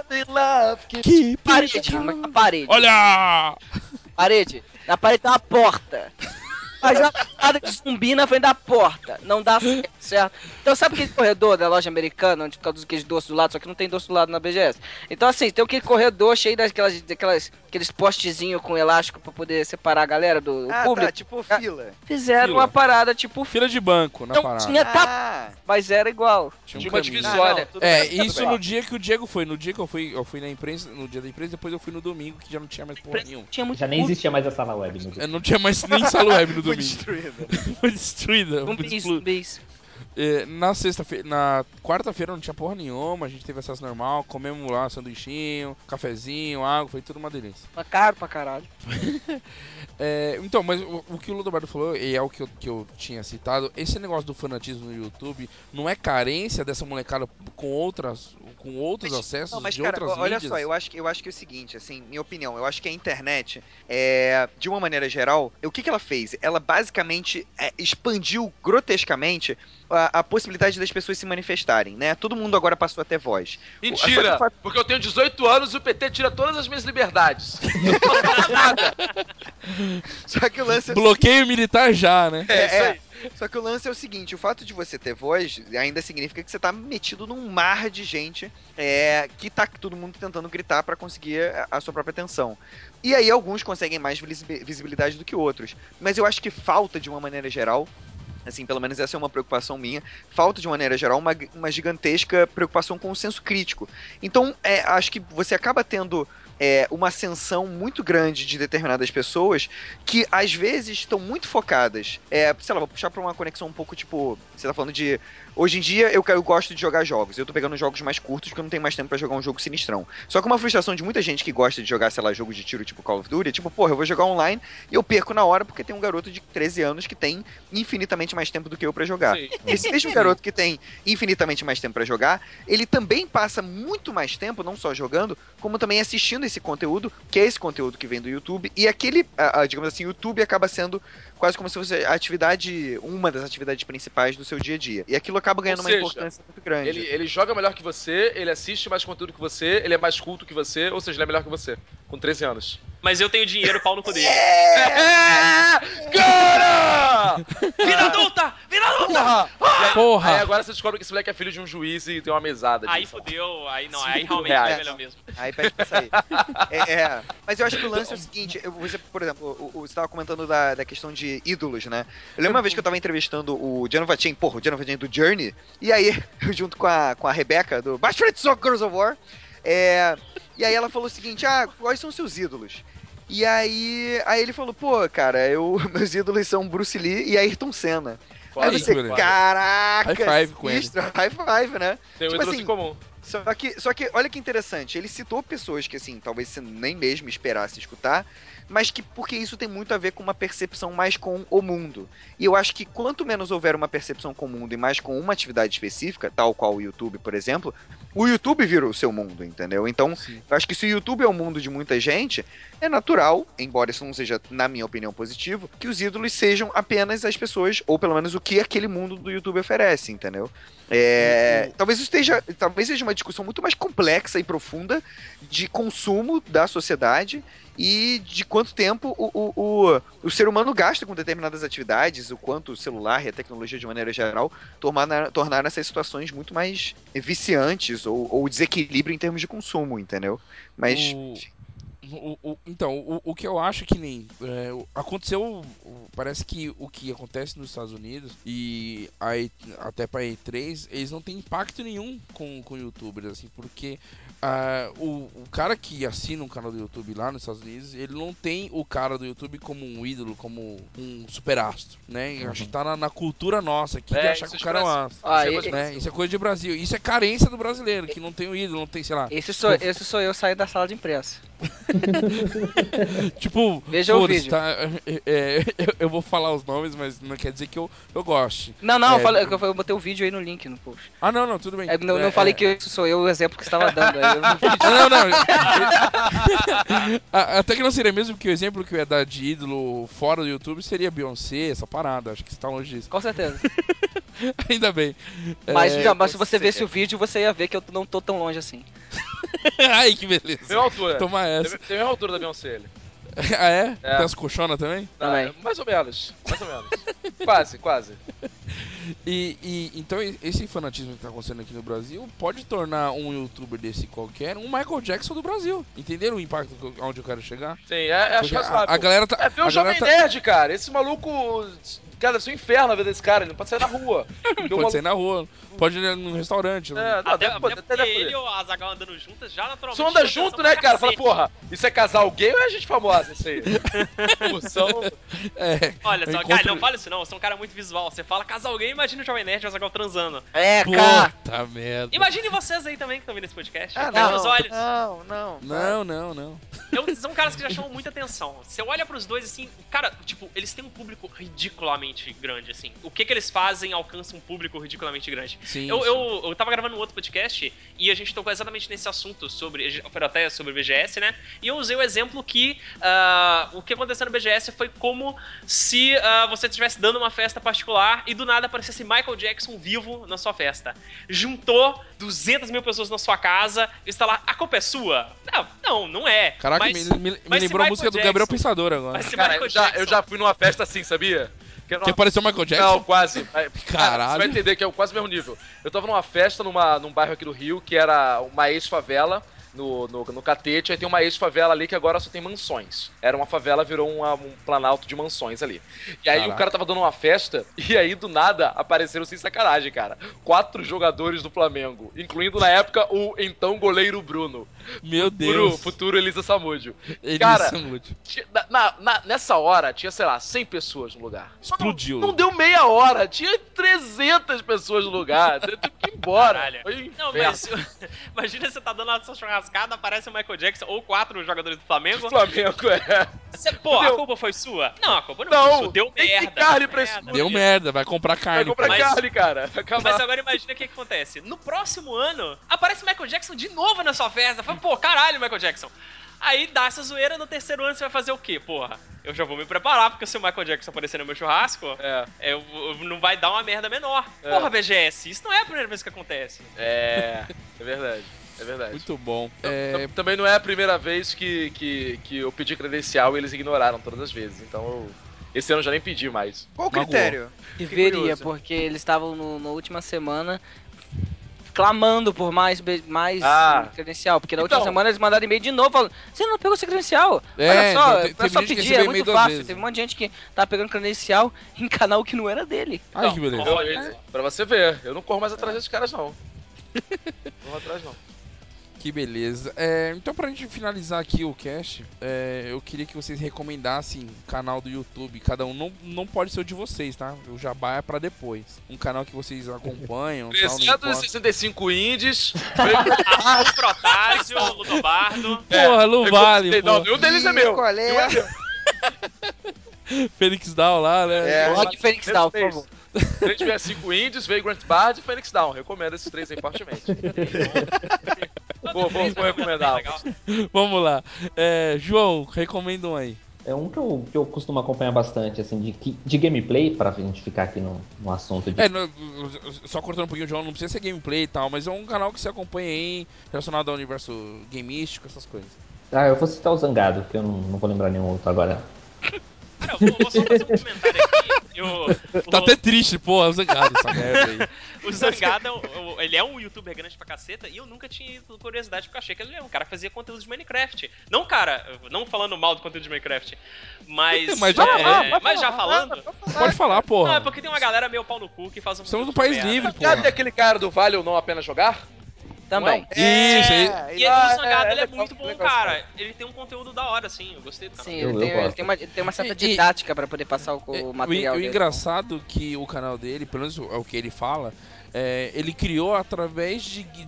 Que
Parede, na parede.
Olha!
Na parede tem uma porta. Mas uma porrada de zumbi na frente da porta. Não dá certo? Então sabe aquele corredor da loja americana, onde fica aqueles doces do lado, só que não tem doce do lado na BGS. Então assim, tem aquele corredor cheio aqueles postezinhos com elástico pra poder separar a galera do público.
Tá, tipo fila.
Fizeram
Fila.
uma parada tipo...
Fila de banco na
Não
parada.
tinha
Ah,
mas era igual.
Tinha um
Tinha uma
caminho.
divisória.
tudo bem, tudo
Isso
bem.
no dia que o Diego foi. No dia que eu fui na imprensa, no dia da imprensa, depois eu fui no domingo, que já não tinha mais porra nenhuma.
Tinha muito
Já nem existia mais a sala web no
Eu não tinha mais nem sala web no
Foi
domingo.
destruída.
Foi destruída.
zumbis.
Na sexta-feira, na quarta-feira não tinha porra nenhuma, a gente teve acesso normal, comemos lá sanduichinho, cafezinho, água, foi tudo uma delícia.
Mas caro pra caralho.
Então, mas o que o Ludobardo falou, e é o que eu tinha citado, esse negócio do fanatismo no YouTube não é carência dessa molecada com outros acessos
Não, mas
de
cara,
outras
olha
mídias?
só, eu acho que é o seguinte, assim, minha opinião, eu acho que a internet, de uma maneira geral, o que ela fez? Ela basicamente expandiu grotescamente a possibilidade das pessoas se manifestarem, né? Todo mundo agora passou a ter voz.
Mentira! Porque eu tenho 18 anos e o PT tira todas as minhas liberdades. Eu não posso falar nada.
Só que o lance é o
Bloqueio militar já, né?
É isso aí.
Só que o lance é o seguinte, o fato de você ter voz ainda significa que você tá metido num mar de gente que tá todo mundo tentando gritar pra conseguir a sua própria atenção. E aí alguns conseguem mais visibilidade do que outros. Mas eu acho que falta, de uma maneira geral, assim, pelo menos essa é uma preocupação minha, falta de maneira geral uma gigantesca preocupação com o senso crítico. Então, acho que você acaba tendo uma ascensão muito grande de determinadas pessoas que às vezes estão muito focadas. Sei lá, vou puxar pra uma conexão um pouco tipo. Você tá falando de. Hoje em dia eu gosto de jogar jogos. Eu tô pegando jogos mais curtos porque eu não tenho mais tempo pra jogar um jogo sinistrão. Só que uma frustração de muita gente que gosta de jogar, sei lá, jogo de tiro tipo Call of Duty, é tipo, porra, eu vou jogar online e eu perco na hora porque tem um garoto de 13 anos que tem infinitamente mais tempo do que eu pra jogar.
Sim.
Esse mesmo garoto que tem infinitamente mais tempo pra jogar, ele também passa muito mais tempo, não só jogando, como também assistindo esse conteúdo, que é esse conteúdo que vem do YouTube, e aquele, digamos assim, YouTube acaba sendo quase como se fosse uma das atividades principais do seu dia a dia. E aquilo acaba ganhando
Ou
uma
seja,
importância muito grande.
Ele joga melhor que você, ele assiste mais conteúdo que você, ele é mais culto que você, ou seja, ele é melhor que você, com 13 anos.
Mas eu tenho dinheiro, pau no cu dele.
Cara!
Vida adulta! Vida adulta!
Porra!
Aí agora você descobre que esse moleque é filho de um juiz e tem uma mesada
Aí
disso.
fudeu, aí não,
5
aí
mil
realmente
reais.
é melhor mesmo.
Aí pede pra sair. Mas eu acho que o lance é o seguinte: você, por exemplo, você estava comentando da questão de ídolos, né? Eu lembro uma vez que eu tava entrevistando o Gianni Vacchin, o Gianni Vacchin do Journey, e aí, eu junto com a Rebecca, do Bastard Soccer Girls of War, e aí ela falou o seguinte: quais são os seus ídolos? E aí ele falou, pô, cara, meus ídolos são Bruce Lee e Ayrton Senna.
Foda,
Aí você,
beleza.
caraca,
High five com ele.
high five, né?
Tem um
Tipo
ídolo
assim,
em comum.
só que, olha que interessante, ele citou pessoas que, assim, talvez você nem mesmo esperasse escutar, mas que, porque isso tem muito a ver com uma percepção mais com o mundo. E eu acho que quanto menos houver uma percepção com o mundo e mais com uma atividade específica, tal qual o YouTube, por exemplo, o YouTube vira o seu mundo, entendeu? Então,
Sim.
eu acho que se o YouTube é o mundo de muita gente, é natural, embora isso não seja, na minha opinião, positivo, que os ídolos sejam apenas as pessoas, ou pelo menos o que aquele mundo do YouTube oferece, entendeu? Talvez seja uma discussão muito mais complexa e profunda de consumo da sociedade e de quanto tempo o ser humano gasta com determinadas atividades, o quanto o celular e a tecnologia de maneira geral tornaram essas situações muito mais viciantes ou desequilíbrio em termos de consumo, entendeu? Mas
Então, o que eu acho que nem aconteceu, parece que o que acontece nos Estados Unidos e aí até para E3, eles não têm impacto nenhum com youtubers, assim, porque o cara que assina um canal do YouTube lá nos Estados Unidos, ele não tem o cara do YouTube como um ídolo, como um superastro, né? Eu acho que tá na cultura nossa aqui de achar
isso
que o
é
cara é um
Brasil.
astro.
Ah,
Isso é coisa de
Né?
Brasil.
Isso é coisa de Brasil. Isso é carência do brasileiro, que não tem um ídolo, não tem, sei lá.
Esse sou eu saindo da sala de imprensa.
Tipo,
Veja o
foda-se,
vídeo.
tá? Eu vou falar os nomes, mas não quer dizer que eu goste.
Não, eu botei o vídeo aí no link no post.
Não, tudo bem.
Não falei que esse sou eu o exemplo que você estava dando. Aí eu não fiz.
Não. Até que não seria mesmo, porque o exemplo que eu ia dar de ídolo fora do YouTube seria Beyoncé, essa parada. Acho que você tá longe disso.
Com certeza.
Ainda bem.
Mas se você visse o vídeo, você ia ver que eu não tô tão longe assim.
Ai, que beleza.
Mesma altura.
Toma essa.
Tem a mesma altura da Beyoncé, ele.
Ah, é?
É.
Tem as colchonas também?
Também.
Mais ou menos. Quase.
Então esse fanatismo que tá acontecendo aqui no Brasil pode tornar um youtuber desse qualquer um Michael Jackson do Brasil. Entenderam o impacto onde eu quero chegar?
Sim, acho
Porque
razoável.
a galera tá.
Vê o
a
Jovem
galera
Nerd, cara. Esse maluco. Cara, deve ser um inferno a vida desse cara. Ele não pode sair na rua.
Pode sair na rua, pode ir num restaurante.
Até
deve
porque
poder.
ele e o Azaghal andando juntas já naturalmente.
Só anda
chama
junto,
atenção
né,
pra
cara? Fala,
cacete.
porra, isso é casal gay ou é gente famosa isso aí? Cursão.
Olha só,
encontro-
cara, não fala isso não, você é um cara muito visual. Você fala casal gay, imagina o Jovem Nerd e o Azaghal transando.
Cara.
Puta merda.
Imagine vocês aí também que estão vendo esse podcast.
Ah,
Fecha os olhos.
não.
São caras que já chamam muita atenção. Você olha pros dois assim, cara, tipo, eles têm um público ridiculamente grande, assim. O que eles fazem alcança um público ridiculamente grande.
Sim,
Eu tava gravando um outro podcast e a gente tocou exatamente nesse assunto até sobre o BGS, né? E eu usei o exemplo que o que aconteceu no BGS foi como se você estivesse dando uma festa particular e do nada aparecesse Michael Jackson vivo na sua festa. Juntou 200 mil pessoas na sua casa e está lá, a culpa é sua? Não é.
Caraca,
Mas
me
se
lembrou a música do
Michael
Gabriel
Jackson-
Pensador agora.
Mas se
Cara,
Michael
eu já
Jackson-
fui numa festa assim, sabia?
Que apareceu o Michael Jackson?
Não, quase. Cara,
Caralho.
você vai entender que é quase o mesmo nível. Eu tava numa festa num bairro aqui do Rio, que era uma ex-favela, no Catete, aí tem uma ex-favela ali que agora só tem mansões. Era uma favela, virou um planalto de mansões ali. E aí
Caraca.
o cara tava dando uma festa, e aí do nada apareceram sem sacanagem, cara. 4 jogadores do Flamengo, incluindo na época o então goleiro Bruno.
Meu Deus.
Futuro Elisa Samúdio.
Elisa
Cara,
Samúdio.
Nessa hora, tinha, sei lá, 100 pessoas no lugar.
Explodiu.
Não deu meia hora, tinha 300 pessoas no lugar. Você teve que ir embora.
Caralho.
Foi um
Não,
inferno.
mas imagina você tá dando a sua churrascada, aparece o Michael Jackson ou 4 jogadores do Flamengo.
Flamengo é.
Pô, a
Deu.
culpa foi sua? Não, a culpa não,
Não,
foi sua. Deu
tem
merda.
carne pra esse
merda.
Deu merda, vai comprar
Vai
carne.
comprar
pô.
Mas-
carne, cara. Vai acabar.
Mas agora imagina o que acontece. No próximo ano, aparece o Michael Jackson de novo na sua festa. Fala, pô, caralho, Michael Jackson. Aí dá essa zoeira, no terceiro ano você vai fazer o quê? Porra, eu já vou me preparar, porque se o Michael Jackson aparecer no meu churrasco, não vai dar uma merda menor.
É.
Porra, BGS, isso não é a primeira vez que acontece.
É verdade. É verdade.
Muito bom.
Também não é a primeira vez que eu pedi credencial e eles ignoraram todas as vezes. Então, esse ano eu já nem pedi mais.
Qual o
Magoou.
critério? Fiquei
Deveria,
curioso.
porque eles estavam na última semana clamando por mais credencial. Porque na última
Então.
semana eles mandaram e-mail de novo falando: você não pegou seu credencial?
É,
Olha só,
então,
é
teve
só
gente que
pedir,
recebeu
é
e-mail
muito
2
fácil.
vezes.
Teve um monte de gente que tava pegando credencial em canal que não era dele.
Ai, que beleza.
Pra você ver, eu não corro mais atrás desses caras, não. Não corro atrás, não.
Que beleza. Então, pra gente finalizar aqui o cast, eu queria que vocês recomendassem um canal do YouTube. Cada um não pode ser o de vocês, tá? O jabá é pra depois. Um canal que vocês acompanham. Tal, não importa.
365 indies.
O Protásio, o Ludobardo.
Porra, não vale,
Não,
pô.
nenhum deles é meu.
Qual é?
Nenhum é meu.
Fênix Down lá, né?
É.
Pode Fênix Down, por favor.
365 indies, Vagrant Bard e Phoenix Down. Recomendo esses 3 aí fortemente. Vou recomendar.
Legal.
Vamos lá. João, recomenda um aí.
É um que eu costumo acompanhar bastante, assim, de gameplay, pra gente ficar aqui no assunto de.
Só cortando um pouquinho, João, não precisa ser gameplay e tal, mas é um canal que você acompanha aí, relacionado ao universo gameístico, essas coisas.
Ah, eu vou citar o Zangado, que eu não vou lembrar nenhum outro agora.
Cara, eu vou só fazer um comentário aqui.
Tá até triste, pô, o Zangado, essa merda aí.
O Zangado, ele é um youtuber grande pra caceta e eu nunca tinha ido curiosidade porque eu achei que ele é um cara que fazia conteúdo de Minecraft. Não, cara, não falando mal do conteúdo de Minecraft, mas.
Mas
já falando.
Pode falar, porra.
Não, é porque tem uma galera meio pau no cu que faz um.
Estamos no
conteúdo
país
merda.
livre,
Cadê
porra.
aquele cara do Vale ou Não Apenas Jogar?
Também.
Isso aí.
E o Zangado, ele é
legal,
muito bom,
legal,
cara. Ele tem um conteúdo da hora, assim. Eu gostei do canal.
Sim,
Eu
ele
gosto.
tem uma certa
E-
didática pra poder passar o material
O
dele.
engraçado que o canal dele, pelo menos é o que ele fala, ele criou através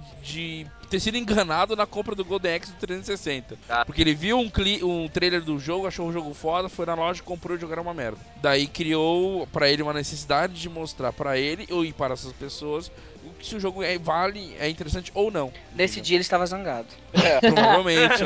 de ter sido enganado na compra do Golden Axe do 360.
Tá.
Porque ele viu um trailer do jogo, achou o jogo foda, foi na loja, comprou e o jogo era uma merda. Daí criou pra ele uma necessidade de mostrar pra ele e para essas pessoas se o jogo é interessante ou não.
Nesse dia ele estava zangado.
Provavelmente.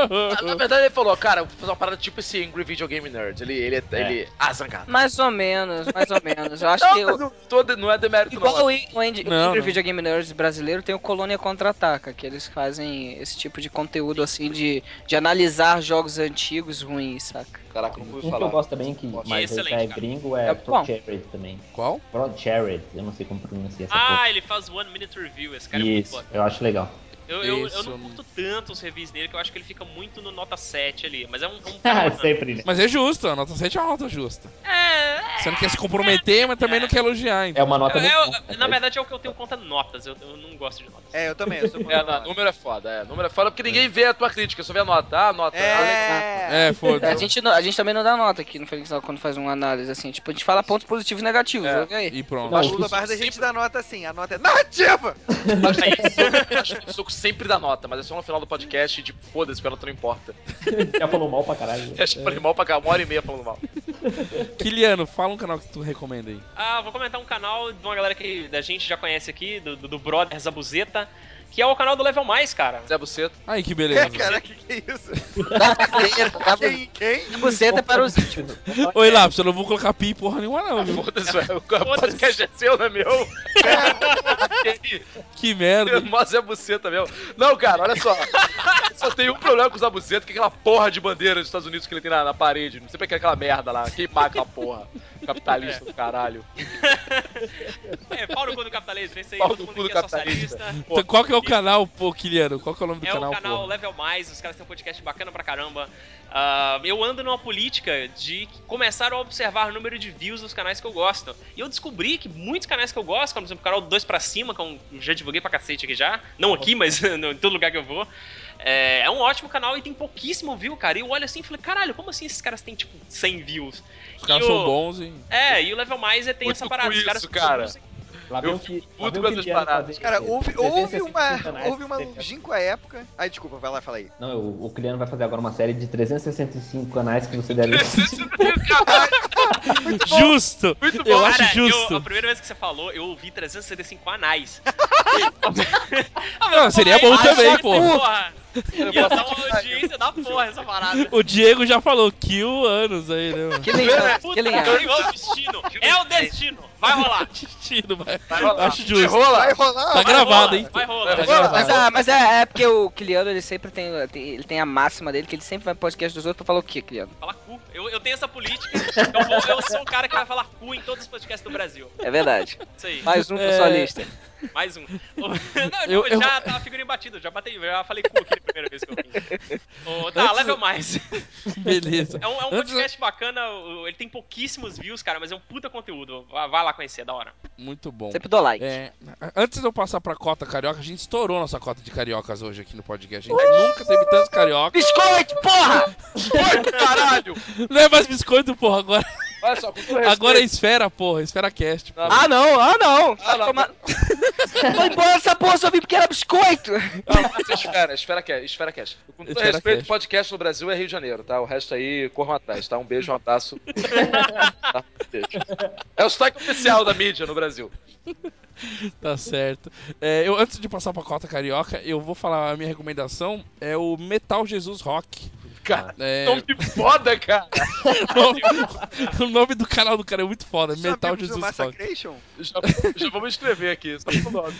Na verdade, ele falou, cara, eu vou fazer uma parada tipo esse Angry Video Game Nerd. Ele zangado.
Mais ou menos, mais ou menos. Eu acho
Não,
que
mas não é demérito,
igual
não.
o
Não,
Indie
não.
Video Game Nerds brasileiro tem o Colônia Contra-Ataca, que eles fazem esse tipo de conteúdo assim de analisar jogos antigos ruins, saca?
Caraca, não ouvi
Um que
falar.
eu gosto também, mas esse
Excelente,
é
cara.
gringo,
É
é
bom.
Jared também.
Qual?
Prod Jared, eu não sei como pronuncia essa
Ah, ele faz One Minute Review. Esse cara é muito
Isso,
foda.
eu acho legal.
Eu
Isso.
não curto tanto os reviews dele, que eu acho que ele fica muito no nota 7 ali. Mas é um cara bacana.
Sempre, né?
Mas é justo, a nota 7 é uma nota justa.
É.
Você não quer se comprometer, mas também não quer elogiar.
É
Então.
uma nota muito boa,
Na verdade é o que eu tenho conta notas. Eu não gosto de notas.
Eu também, eu sou
Número é foda, Número é foda porque ninguém vê a tua crítica, só vê a nota. Ah, nota.
É, foda-se.
A gente também não dá nota aqui no Fênix Down quando faz uma análise assim. Tipo, a gente fala pontos positivos e negativos. Joga aí.
E pronto.
Não,
Mas
o
o
que-
Barda a gente dá nota assim, a nota é narrativa!
Acho que o Soco sempre dá nota, mas é só no final do podcast e tipo, foda-se, pela nota não importa.
Já falou mal pra caralho.
Acho que falei mal pra cá, 1h30 falando mal.
Kiliano, fala um canal que tu recomenda aí.
Vou comentar um canal de uma galera que a gente já conhece aqui, do brother Zabuzeta, que é o canal do Level Mais, cara.
Zé Buceta.
Aí, que beleza.
Caraca, que é isso? Quem?
Buceta para os íntimos.
Oi, Lápis, eu não vou colocar pi porra nenhuma não, viu?
Foda-se, velho. O podcast é seu, não é meu?
Que merda.
Mó Zé Buceta mesmo. Não, cara, olha só. Só tem um problema com o Zé Buceta, que é aquela porra de bandeira dos Estados Unidos que ele tem na parede. Não sei pra que é aquela merda lá. Queimar aquela porra. Capitalista do caralho.
Pau no cu do capitalismo, é isso aí,
Pau no
todo mundo
cu do
aqui é
capitalista.
socialista.
Então, qual que é o canal, pô, Kiliano? Qual que é o nome do
É
canal,
o canal
porra?
Level Mais, os caras têm um podcast bacana pra caramba. Eu ando numa política de começar a observar o número de views dos canais que eu gosto. E eu descobri que muitos canais que eu gosto, como por exemplo o canal 2 pra cima, que eu já divulguei pra cacete aqui já. Não aqui, mas em todo lugar que eu vou. É um ótimo canal e tem pouquíssimo view, cara. E eu olho assim e falei, caralho, como assim esses caras têm, tipo, 100 views?
Os caras são bons e...
E o Level Mais tem
Puto
essa parada.
com
Os caras
isso, cara.
produzem.
Lá vem
Eu
o que,
fico
lá
puto
vem
com
o
essas
Kiliano
paradas.
fazer
Cara, houve
365 canais
uma
que você-
longínqua época. Ai, desculpa, vai lá, fala aí.
Não, o Kiliano vai fazer agora uma série de 365 canais que você deve assistir.
Justo!
Muito
Eu
bom.
acho
Cara,
justo.
a primeira vez que você falou, eu ouvi 365 anais.
Não, seria bom também, pô.
Porra!
Eu
Ia
posso
dar uma audiência da porra essa parada.
O Diego já falou, kill anos aí, né, mano?
Que lindo,
Puta
que lindo.
que pariu, é o destino. É o destino. Vai rolar.
Destino, vai.
rolar.
Acho justo.
Vai rolar?
Tá gravado, hein?
Vai rolar.
Tá gravado.
Mas é porque o Kiliano, ele sempre ele tem a máxima dele, que ele sempre vai pro podcast dos outros pra falar o quê, Kiliano?
Falar cu. Eu tenho essa política. Eu sou o cara que vai falar cu em todos os podcasts do Brasil.
É verdade.
Isso aí.
Mais um pra sua lista.
Mais um.
Eu-
Já tá a figurinha batida, já falei cu aqui na primeira vez que eu vim. Tá,
Antes-
Level Mais.
Beleza.
É um
Antes-
podcast bacana, ele tem pouquíssimos views, cara, mas é um puta conteúdo. Vai lá conhecer, é da hora.
Muito bom.
Sempre dou like.
Antes de eu passar pra cota carioca, a gente estourou nossa cota de cariocas hoje aqui no podcast. A gente nunca teve tantos cariocas.
Biscoito, porra!
Caralho!
Não é mais biscoito, porra. Agora,
Olha só, com todo respeito.
agora é esfera, porra. Esfera cast. Porra.
Ah, não!
Ah, não.
Foi embora essa porra, só vim porque era biscoito!
Esfera Cast. Com todo
Esfera
respeito,
Cast.
podcast no Brasil é Rio de Janeiro, tá? O resto aí, corram atrás, tá? Um beijo, um abraço. Tá? Beijo. É o sotaque oficial da mídia no Brasil.
Tá certo. Antes de passar pra cota carioca, eu vou falar a minha recomendação. É o Metal Jesus Rock.
Cara,
É,
nome foda, cara.
o nome do canal do cara é muito foda.
São
Metal
amigos do
Jesus Rock.
Massacration?
Já vamos escrever aqui, só o nome.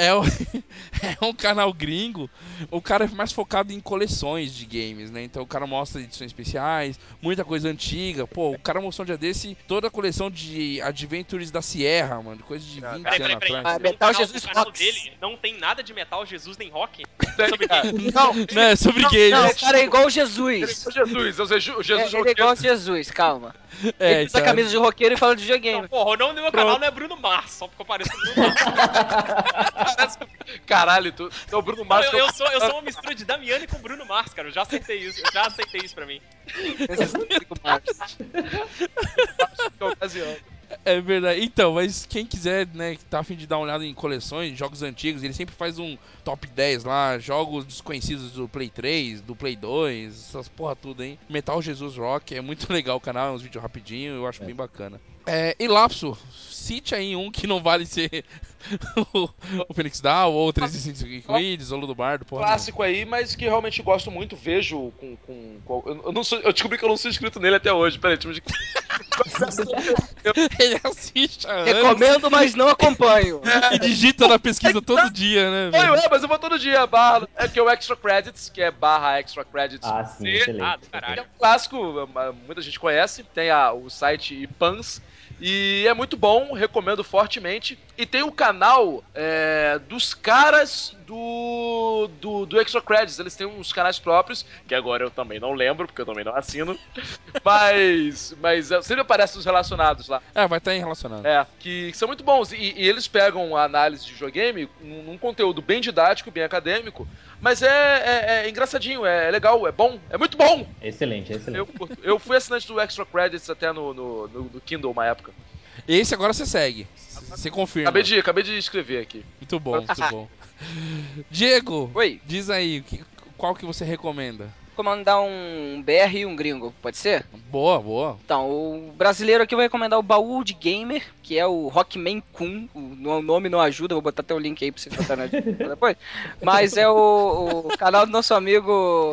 É um canal gringo. O cara é mais focado em coleções de games, né? Então o cara mostra edições especiais, muita coisa antiga. Pô, o cara mostrou um dia desse toda a coleção de Adventures da Sierra, mano. Coisa de 20 anos
Peraí.
atrás.
Metal
O
Jesus
canal
Rocks.
dele não tem nada de metal, Jesus nem rock.
Não,
Não, é sobre games.
Não, o cara é igual o Jesus.
ele é o Jesus, é o Jesus
Ele é igual o Jesus, calma. Ele usa a camisa de roqueiro e fala de videogame.
Não, porra, o nome do meu canal não é Bruno Mars, só porque eu pareço com o Bruno Mars.
Caralho, tu é o Bruno Mars.
Eu sou uma mistura de Damiani com Bruno Mars, cara. Eu já aceitei isso. Pra mim.
É verdade. Então, mas quem quiser, né, que tá a fim de dar uma olhada em coleções, jogos antigos, ele sempre faz um top 10 lá, jogos desconhecidos do Play 3, do Play 2, essas porra tudo, hein? Metal Jesus Rock, é muito legal o canal, é uns vídeos rapidinho, eu acho bem bacana. E Lapso, cite aí um que não vale ser o Phoenix Down, ou o 365 Wilds, ou o Ludobardo, porra.
Clássico aí, mas que realmente gosto muito, vejo eu descobri que eu não sou inscrito nele até hoje. Peraí, deixa eu...
Ele assiste a anos
Recomendo, mas não acompanho.
e digita na pesquisa todo dia, né, velho?
Mas eu vou todo dia, barra. É que é o Extra Credits, que é barra Extra Credits.
Ah, sim,
C.
excelente.
Ah, do
É
caralho.
um clássico, muita gente conhece, tem o site IPANS, e é muito bom, recomendo fortemente. E tem o canal dos caras do Extra Credits, eles têm uns canais próprios, que agora eu também não lembro, porque eu também não assino, mas sempre aparecem os relacionados lá.
Vai estar relacionado.
Que são muito bons. E eles pegam a análise de videogame num conteúdo bem didático, bem acadêmico, mas é engraçadinho, é legal, é bom, é muito bom.
Excelente, excelente.
Eu fui assinante do Extra Credits até no Kindle uma época.
Esse agora você segue. Você confirma.
Acabei de escrever aqui.
Muito bom, muito bom. Diego,
Oi.
diz aí, qual que você recomenda?
Vou mandar um BR e um gringo, pode ser?
Boa, boa.
Então, o brasileiro aqui vai recomendar o Baú de Gamer, que é o Rockman Kun. O nome não ajuda, vou botar até o link aí pra vocês botarem depois. Mas é o canal do nosso amigo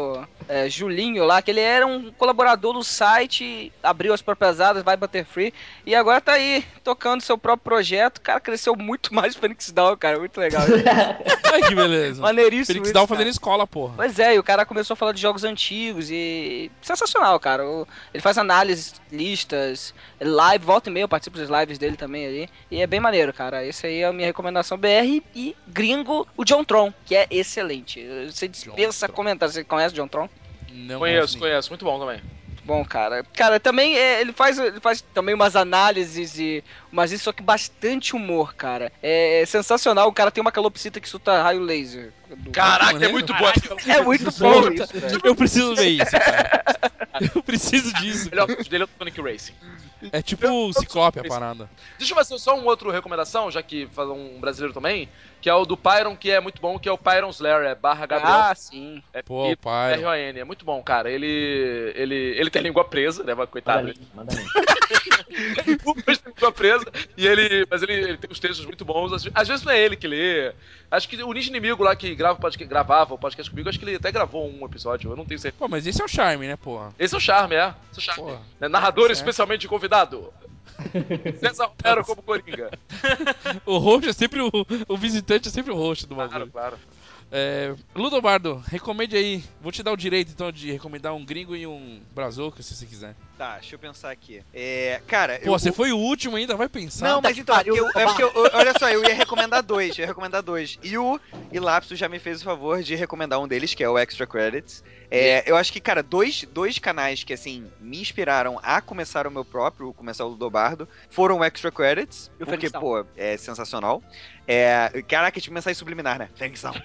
Julinho lá, que ele era um colaborador do site, abriu as próprias asas, vai Butterfree, e agora tá aí, tocando seu próprio projeto. O cara cresceu muito mais o Phoenix Down, cara, muito legal.
Ai, que beleza.
Maneiríssimo
Felix
isso,
Down
cara.
fazendo escola, porra.
Pois é, e o cara começou a falar de jogos antigos e... sensacional, cara. Ele faz análises, listas, live, volta e meia, eu participo das lives dele também ali. E é bem maneiro, cara. Esse aí é a minha recomendação BR e gringo, o John Tron, que é excelente. Você dispensa
Tron.
comentar. Você conhece o John Tron?
Não
Conheço,
nem.
muito bom também.
Bom, cara. Cara, também ele faz também umas análises e umas isso, só que bastante humor, cara. É sensacional. O cara tem uma calopsita que solta raio laser.
Caraca, é
maneiro.
muito bom.
É muito bom
Puta,
isso, velho.
eu preciso ver isso, cara. Eu preciso disso.
O melhor vídeo dele é o Sonic Racing.
É tipo o Ciclope a parada.
Deixa eu fazer só uma outra recomendação, já que faz um brasileiro também, que é o do Pyron, que é muito bom, que é o Pyron's Lair, é barra Gabriel.
Ah, sim.
Pô, o Pyron.
R-O-N, é muito bom, cara. Ele tem a língua presa, né, mas coitado.
Manda link.
Ele tem língua presa, mas ele tem uns textos muito bons. Às vezes não é ele que lê. Acho que o Ninja Inimigo lá que gravava o podcast comigo, acho que ele até gravou um episódio, eu não tenho certeza.
Pô, mas esse é o charme, né, porra?
Esse é o charme, é. Esse é o charme.
Porra.
Né, narrador
Certo.
especialmente convidado. César Romero como Coringa.
O host é sempre o visitante é sempre o host do bagulho.
Claro.
Ludobardo, recomende aí. Vou te dar o direito, então, de recomendar um gringo e um brazuca, se você quiser.
Tá, deixa eu pensar aqui. Cara,
Pô, você foi o último ainda, vai pensar.
Não, mas então, olha só, eu ia recomendar dois, E o Lapsus já me fez o favor de recomendar um deles, que é o Extra Credits. Eu acho que, cara, dois canais que, assim, me inspiraram a começar o meu próprio, começar o Ludobardo, foram o Extra Credits,
E o
porque,
Fênix Down.
pô, é sensacional. Caraca, tipo mensagem subliminar, né? Fênix Down.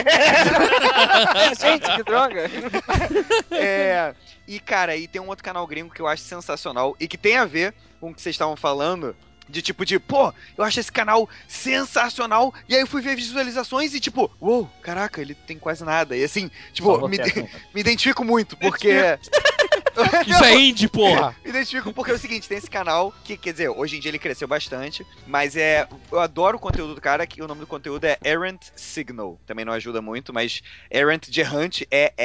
Gente, que droga.
E, cara, e tem um outro canal gringo que eu acho sensacional e que tem a ver com o que vocês estavam falando. Pô, eu acho esse canal sensacional. E aí eu fui ver visualizações e tipo, uou, caraca, ele tem quase nada. E assim, tipo,
Só você assunto.
me identifico muito, porque...
Isso é indie, porra!
Me identifico porque é o seguinte, tem esse canal que, quer dizer, hoje em dia ele cresceu bastante, mas eu adoro o conteúdo do cara, que o nome do conteúdo é Errant Signal. Também não ajuda muito, mas Errant de Hunt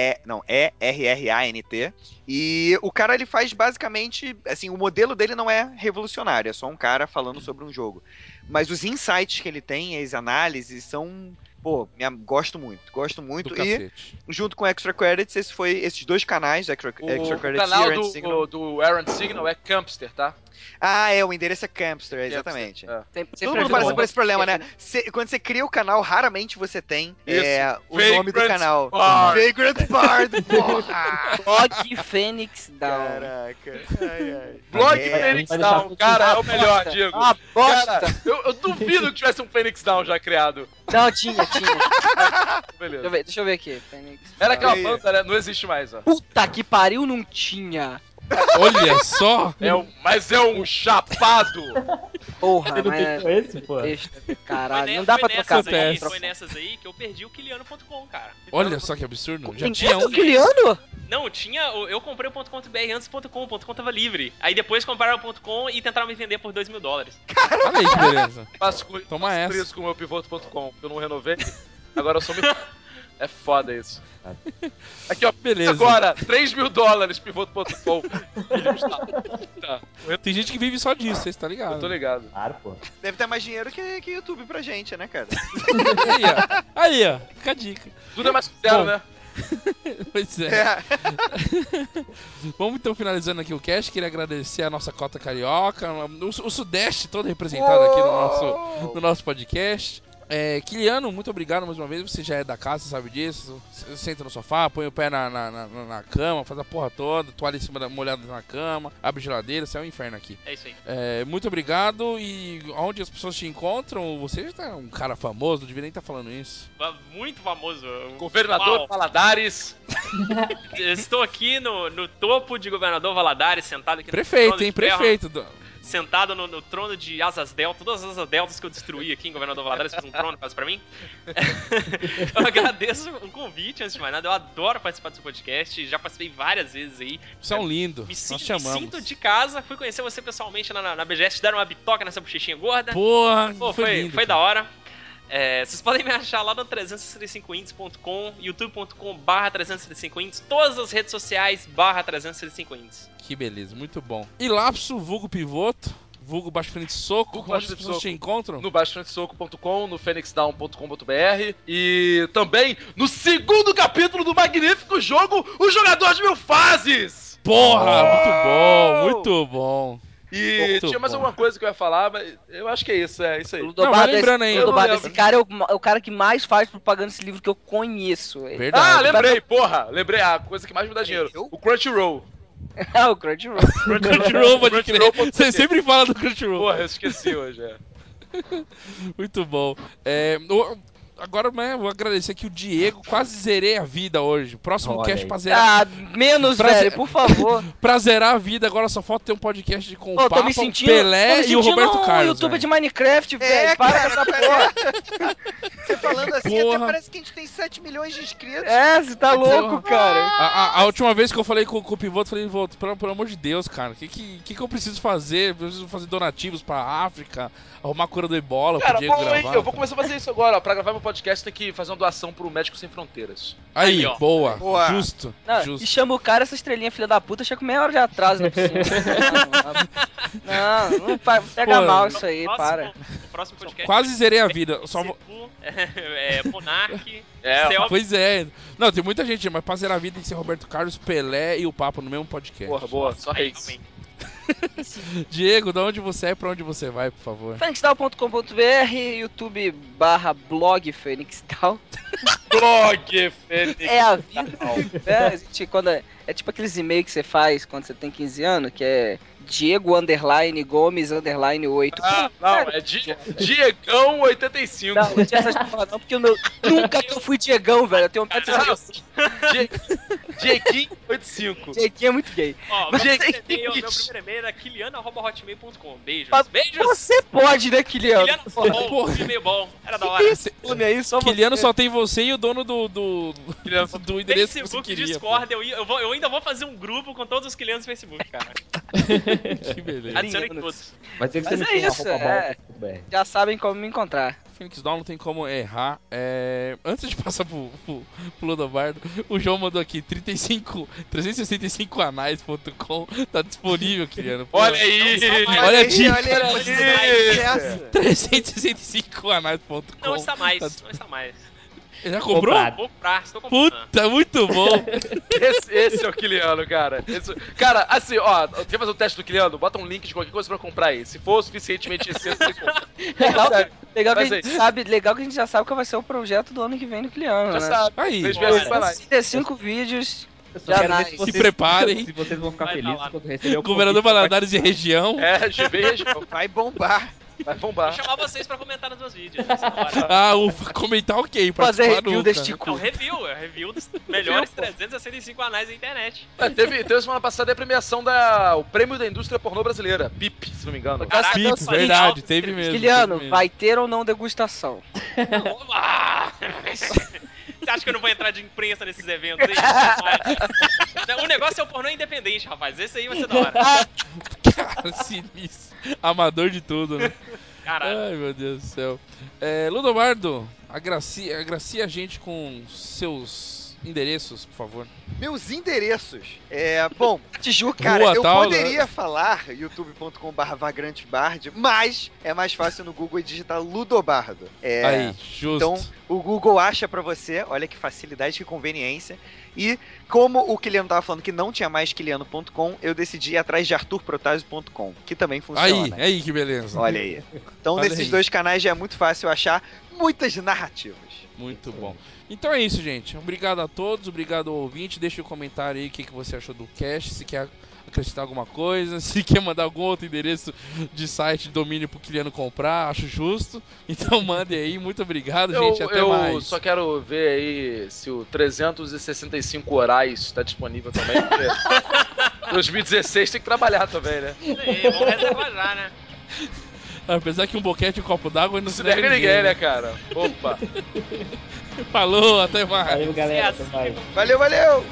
ERRANT. E o cara, ele faz basicamente, assim, o modelo dele não é revolucionário, é só um cara falando sobre um jogo. Mas os insights que ele tem, as análises são... Pô, gosto muito.
Do
E,
cacete.
junto com Extra Credits, esses dois canais, Extra
O
Credits e
canal
Errant Signal.
do Errant Signal é Campster, tá?
O endereço é Campster, exatamente.
É.
Todo mundo passa por esse problema, né? Quando você cria o canal, raramente você tem o nome do
Vagrant
canal.
Bard.
Vagrant Bard, porra!
Blog Fênix Down.
Caraca.
Blog
É,
Phoenix
vai deixar
Down,
tudo
cara, é o
uma
melhor,
bosta.
Diego.
Uma bosta.
Cara, eu duvido que tivesse um Phoenix Down já criado.
Não, tinha.
Beleza.
Deixa eu ver aqui. Fênix.
Era aquela
E aí?
banda, né? Não existe mais, ó.
Puta que pariu, não tinha.
Olha só!
Mas é um chapado.
Porra,
Você não
mas
pegou esse, pô?
caralho, não dá pra trocar.
Foi nessas aí que eu perdi o Kiliano.com, cara.
Olha só que absurdo. Já
Tem
tinha
esse
um.
Kiliano?
Não, eu comprei o .com.br antes do .com, o .com tava livre. Aí depois compraram o .com e tentaram me vender por $2.000.
Olha aí que beleza.
Faço
Toma
por
essa.
isso com o meu pivoto.com. Eu não renovei. Agora eu sou muito... É foda isso. Aqui, ó.
Beleza.
Agora, $3.000 pivoto.com. Tá.
Tem gente que vive só disso, vocês tá ligado?
Eu tô ligado.
Claro, pô.
Deve ter mais dinheiro que YouTube pra gente, né, cara?
Aí, ó. Fica a dica.
Tudo é mais sincero,
Bom.
né?
Pois é. Vamos então finalizando aqui o cast. Queria agradecer a nossa cota carioca, o Sudeste todo representado aqui no nosso podcast. Kiliano, muito obrigado mais uma vez. Você já é da casa, você sabe disso. Você senta no sofá, põe o pé na cama, faz a porra toda, toalha em cima molhada na cama, abre geladeira, isso é um inferno aqui.
É isso aí.
Muito obrigado. E onde as pessoas te encontram? Você já tá um cara famoso, não devia nem estar falando isso.
Muito famoso.
Governador
Uau.
Valadares.
Estou aqui no topo de Governador Valadares, sentado aqui no
Prefeito,
trono
hein?
de ferro,
Prefeito.
Sentado no trono de asas delta, todas as asas deltas que eu destruí aqui em Governador Valadares, fiz um trono quase pra mim. Eu agradeço o convite, antes de mais nada. Eu adoro participar do seu podcast, já participei várias vezes aí.
São lindos.
Me
Nós chamamos.
sinto de casa, fui conhecer você pessoalmente na BGS, te deram uma bitoca nessa bochechinha gorda.
Porra,
Pô,
foi lindo.
foi da hora. Vocês podem me achar lá no 365ins.com, youtube.com/365ins, todas as redes sociais /365ins.
Que beleza, muito bom. E Lapso, vulgo Pivoto, vulgo Baixo Frente Soco,
Vulgo
onde
Baixo
as
Frente
pessoas te
Soco.
encontram?
No baixofrentesoco.com, no phoenixdown.com.br e também no segundo capítulo do magnífico jogo O Jogador de Mil Fases!
Porra, muito bom,
Oh!
muito bom.
E
Muito
tinha mais
bom.
alguma coisa que eu ia falar, mas eu acho que é isso
O
aí.
Não,
Ludobardo
vai lembrando aí.
o Ludobardo,
Eu não
esse cara é o cara que mais faz propaganda desse livro que eu conheço.
Verdade.
lembrei, porra! Lembrei a coisa que mais me dá dinheiro.
eu?
O Crunchyroll.
Ah, o Crunchyroll.
Crunchyroll, pode crer.
Crunchyroll.com.
Você sempre fala do Crunchyroll.
Porra, eu esqueci hoje,
Muito bom. Agora, né, vou agradecer aqui o Diego. Quase zerei a vida hoje. Próximo
Olha
cast
aí.
pra zerar.
Ah, menos, velho, por favor.
Pra zerar a vida, agora só falta ter um podcast com o
Ô,
Papa, o Pelé e o Roberto Carlos.
YouTuber
velho.
de Minecraft, velho. Para com essa porra.
Você falando assim,
Porra.
até parece que a gente tem 7 milhões de inscritos.
É, você tá louco, cara.
A última vez que eu falei com o Pivoto, eu falei, Pivoto, pelo amor de Deus, cara, o que eu preciso fazer? Eu preciso fazer donativos pra África, arrumar cura do Ebola, pro
Cara,
Diego
bom, hein?
gravar.
Eu vou começar a fazer isso agora, ó. Pra gravar meu podcast, tem que fazer uma doação pro Médicos Sem Fronteiras.
Aí,
Aí, ó.
boa,
Boa.
justo,
Não,
justo.
e chama o cara, essa estrelinha filha da puta, chega com meia hora de atraso na piscina. Não pega
Pô,
mal isso aí,
Próximo-
para.
O próximo podcast.
Quase zerei a vida, só vou...
Monark,
É,
Selma.
Pois é. Não, tem muita gente, mas pra zerar a vida tem que ser Roberto Carlos, Pelé e o Papa no mesmo podcast.
porra, boa, só
Aí,
hates.
realmente.
Diego, da onde você é, pra onde você vai, por favor?
Fênixdown.com.br, YouTube/blog Fênixdown.
Blog, Fênix.
É a vida. A gente, é tipo aqueles e-mails que você faz quando você tem 15 anos, que é Diego_Gomes_8.
Não, é Diegão85.
Não, não tinha essas porra não, porque nunca que eu fui Diegão, velho. Eu tenho 1,65 m.
Dieguinho85.
Dieguinho é muito gay.
Ó,
Mas
meu
é
primeiro
que
e-mail
bicho.
era kiliano@hotmail.com. Beijos.
Mas
Beijos!
Você pode, né, Kiliano?
Kiliano,
Porra.
bom, e-mail bom. Era da hora.
Esse nome aí, só
Kiliano
você.
só tem você e o dono do endereço que você
Facebook,
queria.
Discord, eu ainda vou fazer um grupo com todos os Kilianos do Facebook, cara.
Pô. Que beleza.
Adicionem
Kilianos.
todos.
Mas tem que
Mas
ser
é isso, Já sabem como me encontrar.
Phoenix Down não tem como errar. Antes de passar pro Lodobardo, o João mandou aqui 365anais.com. Tá disponível, Kiliano. Pô,
Olha aí!
Olha a dica.
olha aí, quantidade dessa.
365anais.com.
Não está mais,
Tá
não está mais.
Já comprou?
Comprado.
Vou comprar, estou comprando.
Puta, muito bom.
Esse é o Kiliano, cara. Cara, assim, ó, quer fazer o teste do Kiliano? Bota um link de qualquer coisa pra comprar aí. Se for suficientemente excesso, você compra.
Legal que a
Mas
gente sabe, legal que a gente já sabe qual vai ser o projeto do ano que vem no Kiliano,
Já
né?
sabe.
Aí,
Fez
bora.
bem vai lá.
35 vídeos.
Eu só
Já
quero ver
nasce.
se vocês,
Se preparem.
se vocês vão ficar
Vai
felizes
tá lá.
quando receber o
Governador
convite pra
Valadares e região.
É, GB e região.
Vai bombar.
Vai
Vou
bombar.
chamar vocês pra comentar nos meus vídeos. Vai ser da hora.
Ah, ufa, comentar ok.
Fazer
Participar
review
nunca.
deste
É um
cu.
review dos melhores 365 anais da internet.
Teve semana passada a premiação o Prêmio da Indústria Pornô Brasileira, PIP, se não me engano.
Caraca,
Pipe,
eu sou
verdade,
alto,
teve
escrevi.
mesmo.
Kiliano,
teve mesmo.
vai ter ou não degustação?
Ah! Você acha que eu não vou entrar de imprensa nesses eventos aí? O negócio é o pornô independente, rapaz. Esse aí vai ser da hora.
Cara, sinistro. Amador de tudo, né?
Caralho.
Ai, meu Deus do céu. Ludobardo, agracie a gente com seus endereços, por favor.
Meus endereços. Bom,
Tijuca.
cara,
Rua,
eu
tal,
poderia falar youtube.com/vagrantebard, mas é mais fácil no Google digitar Ludobardo.
Aí, justo.
Então, o Google acha pra você, olha que facilidade, que conveniência. E como o Kiliano tava falando que não tinha mais Kiliano.com, eu decidi ir atrás de arturprotásio.com, que também funciona.
Aí, que beleza.
Olha aí. Então,
Olha
nesses
aí.
dois canais já é muito fácil achar muitas narrativas.
Muito bom. Então é isso, gente. Obrigado a todos, obrigado ao ouvinte. Deixa um comentário aí o que você achou do cast, se quer acrescentar alguma coisa, se quer mandar algum outro endereço de site, de domínio pro Kiliano comprar, acho justo. Então mande aí. Muito obrigado, gente. Até
Eu
mais.
só quero ver aí se o 365 Horais tá disponível também, porque 2016 tem que trabalhar também, né?
Isso aí, vamos reservar já, né?
Apesar que um boquete e um copo d'água não
Não se nega ninguém, né, cara? Opa!
Falou, até mais.
Valeu, galera.
É
Até
assim,
mais.
Valeu, valeu!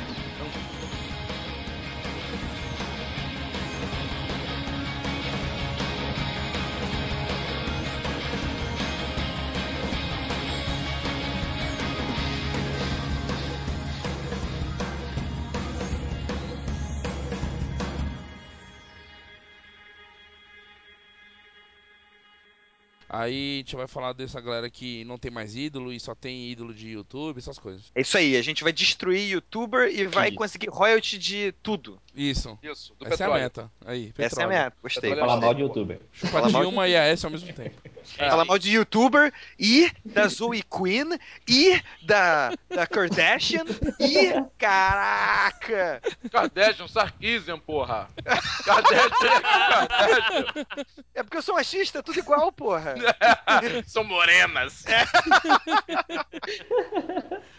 Aí a gente vai falar dessa galera que não tem mais ídolo e só tem ídolo de YouTube, essas coisas.
É isso aí, a gente vai destruir youtuber e vai
Isso.
conseguir royalty de tudo.
Isso.
Isso, do
Essa é a
petróleo.
meta. Aí,
Essa é a
petróleo.
meta, gostei.
Petróleo
Falar mal
gostei.
de youtuber.
Chupa
Fala mal de
Dilma e a S ao mesmo tempo.
Falar mal de youtuber e da Zoe Queen e da Kardashian e. Caraca!
Kardashian, Sarkisian, porra. Kardashian.
É porque eu sou machista, tudo igual, porra.
São morenas.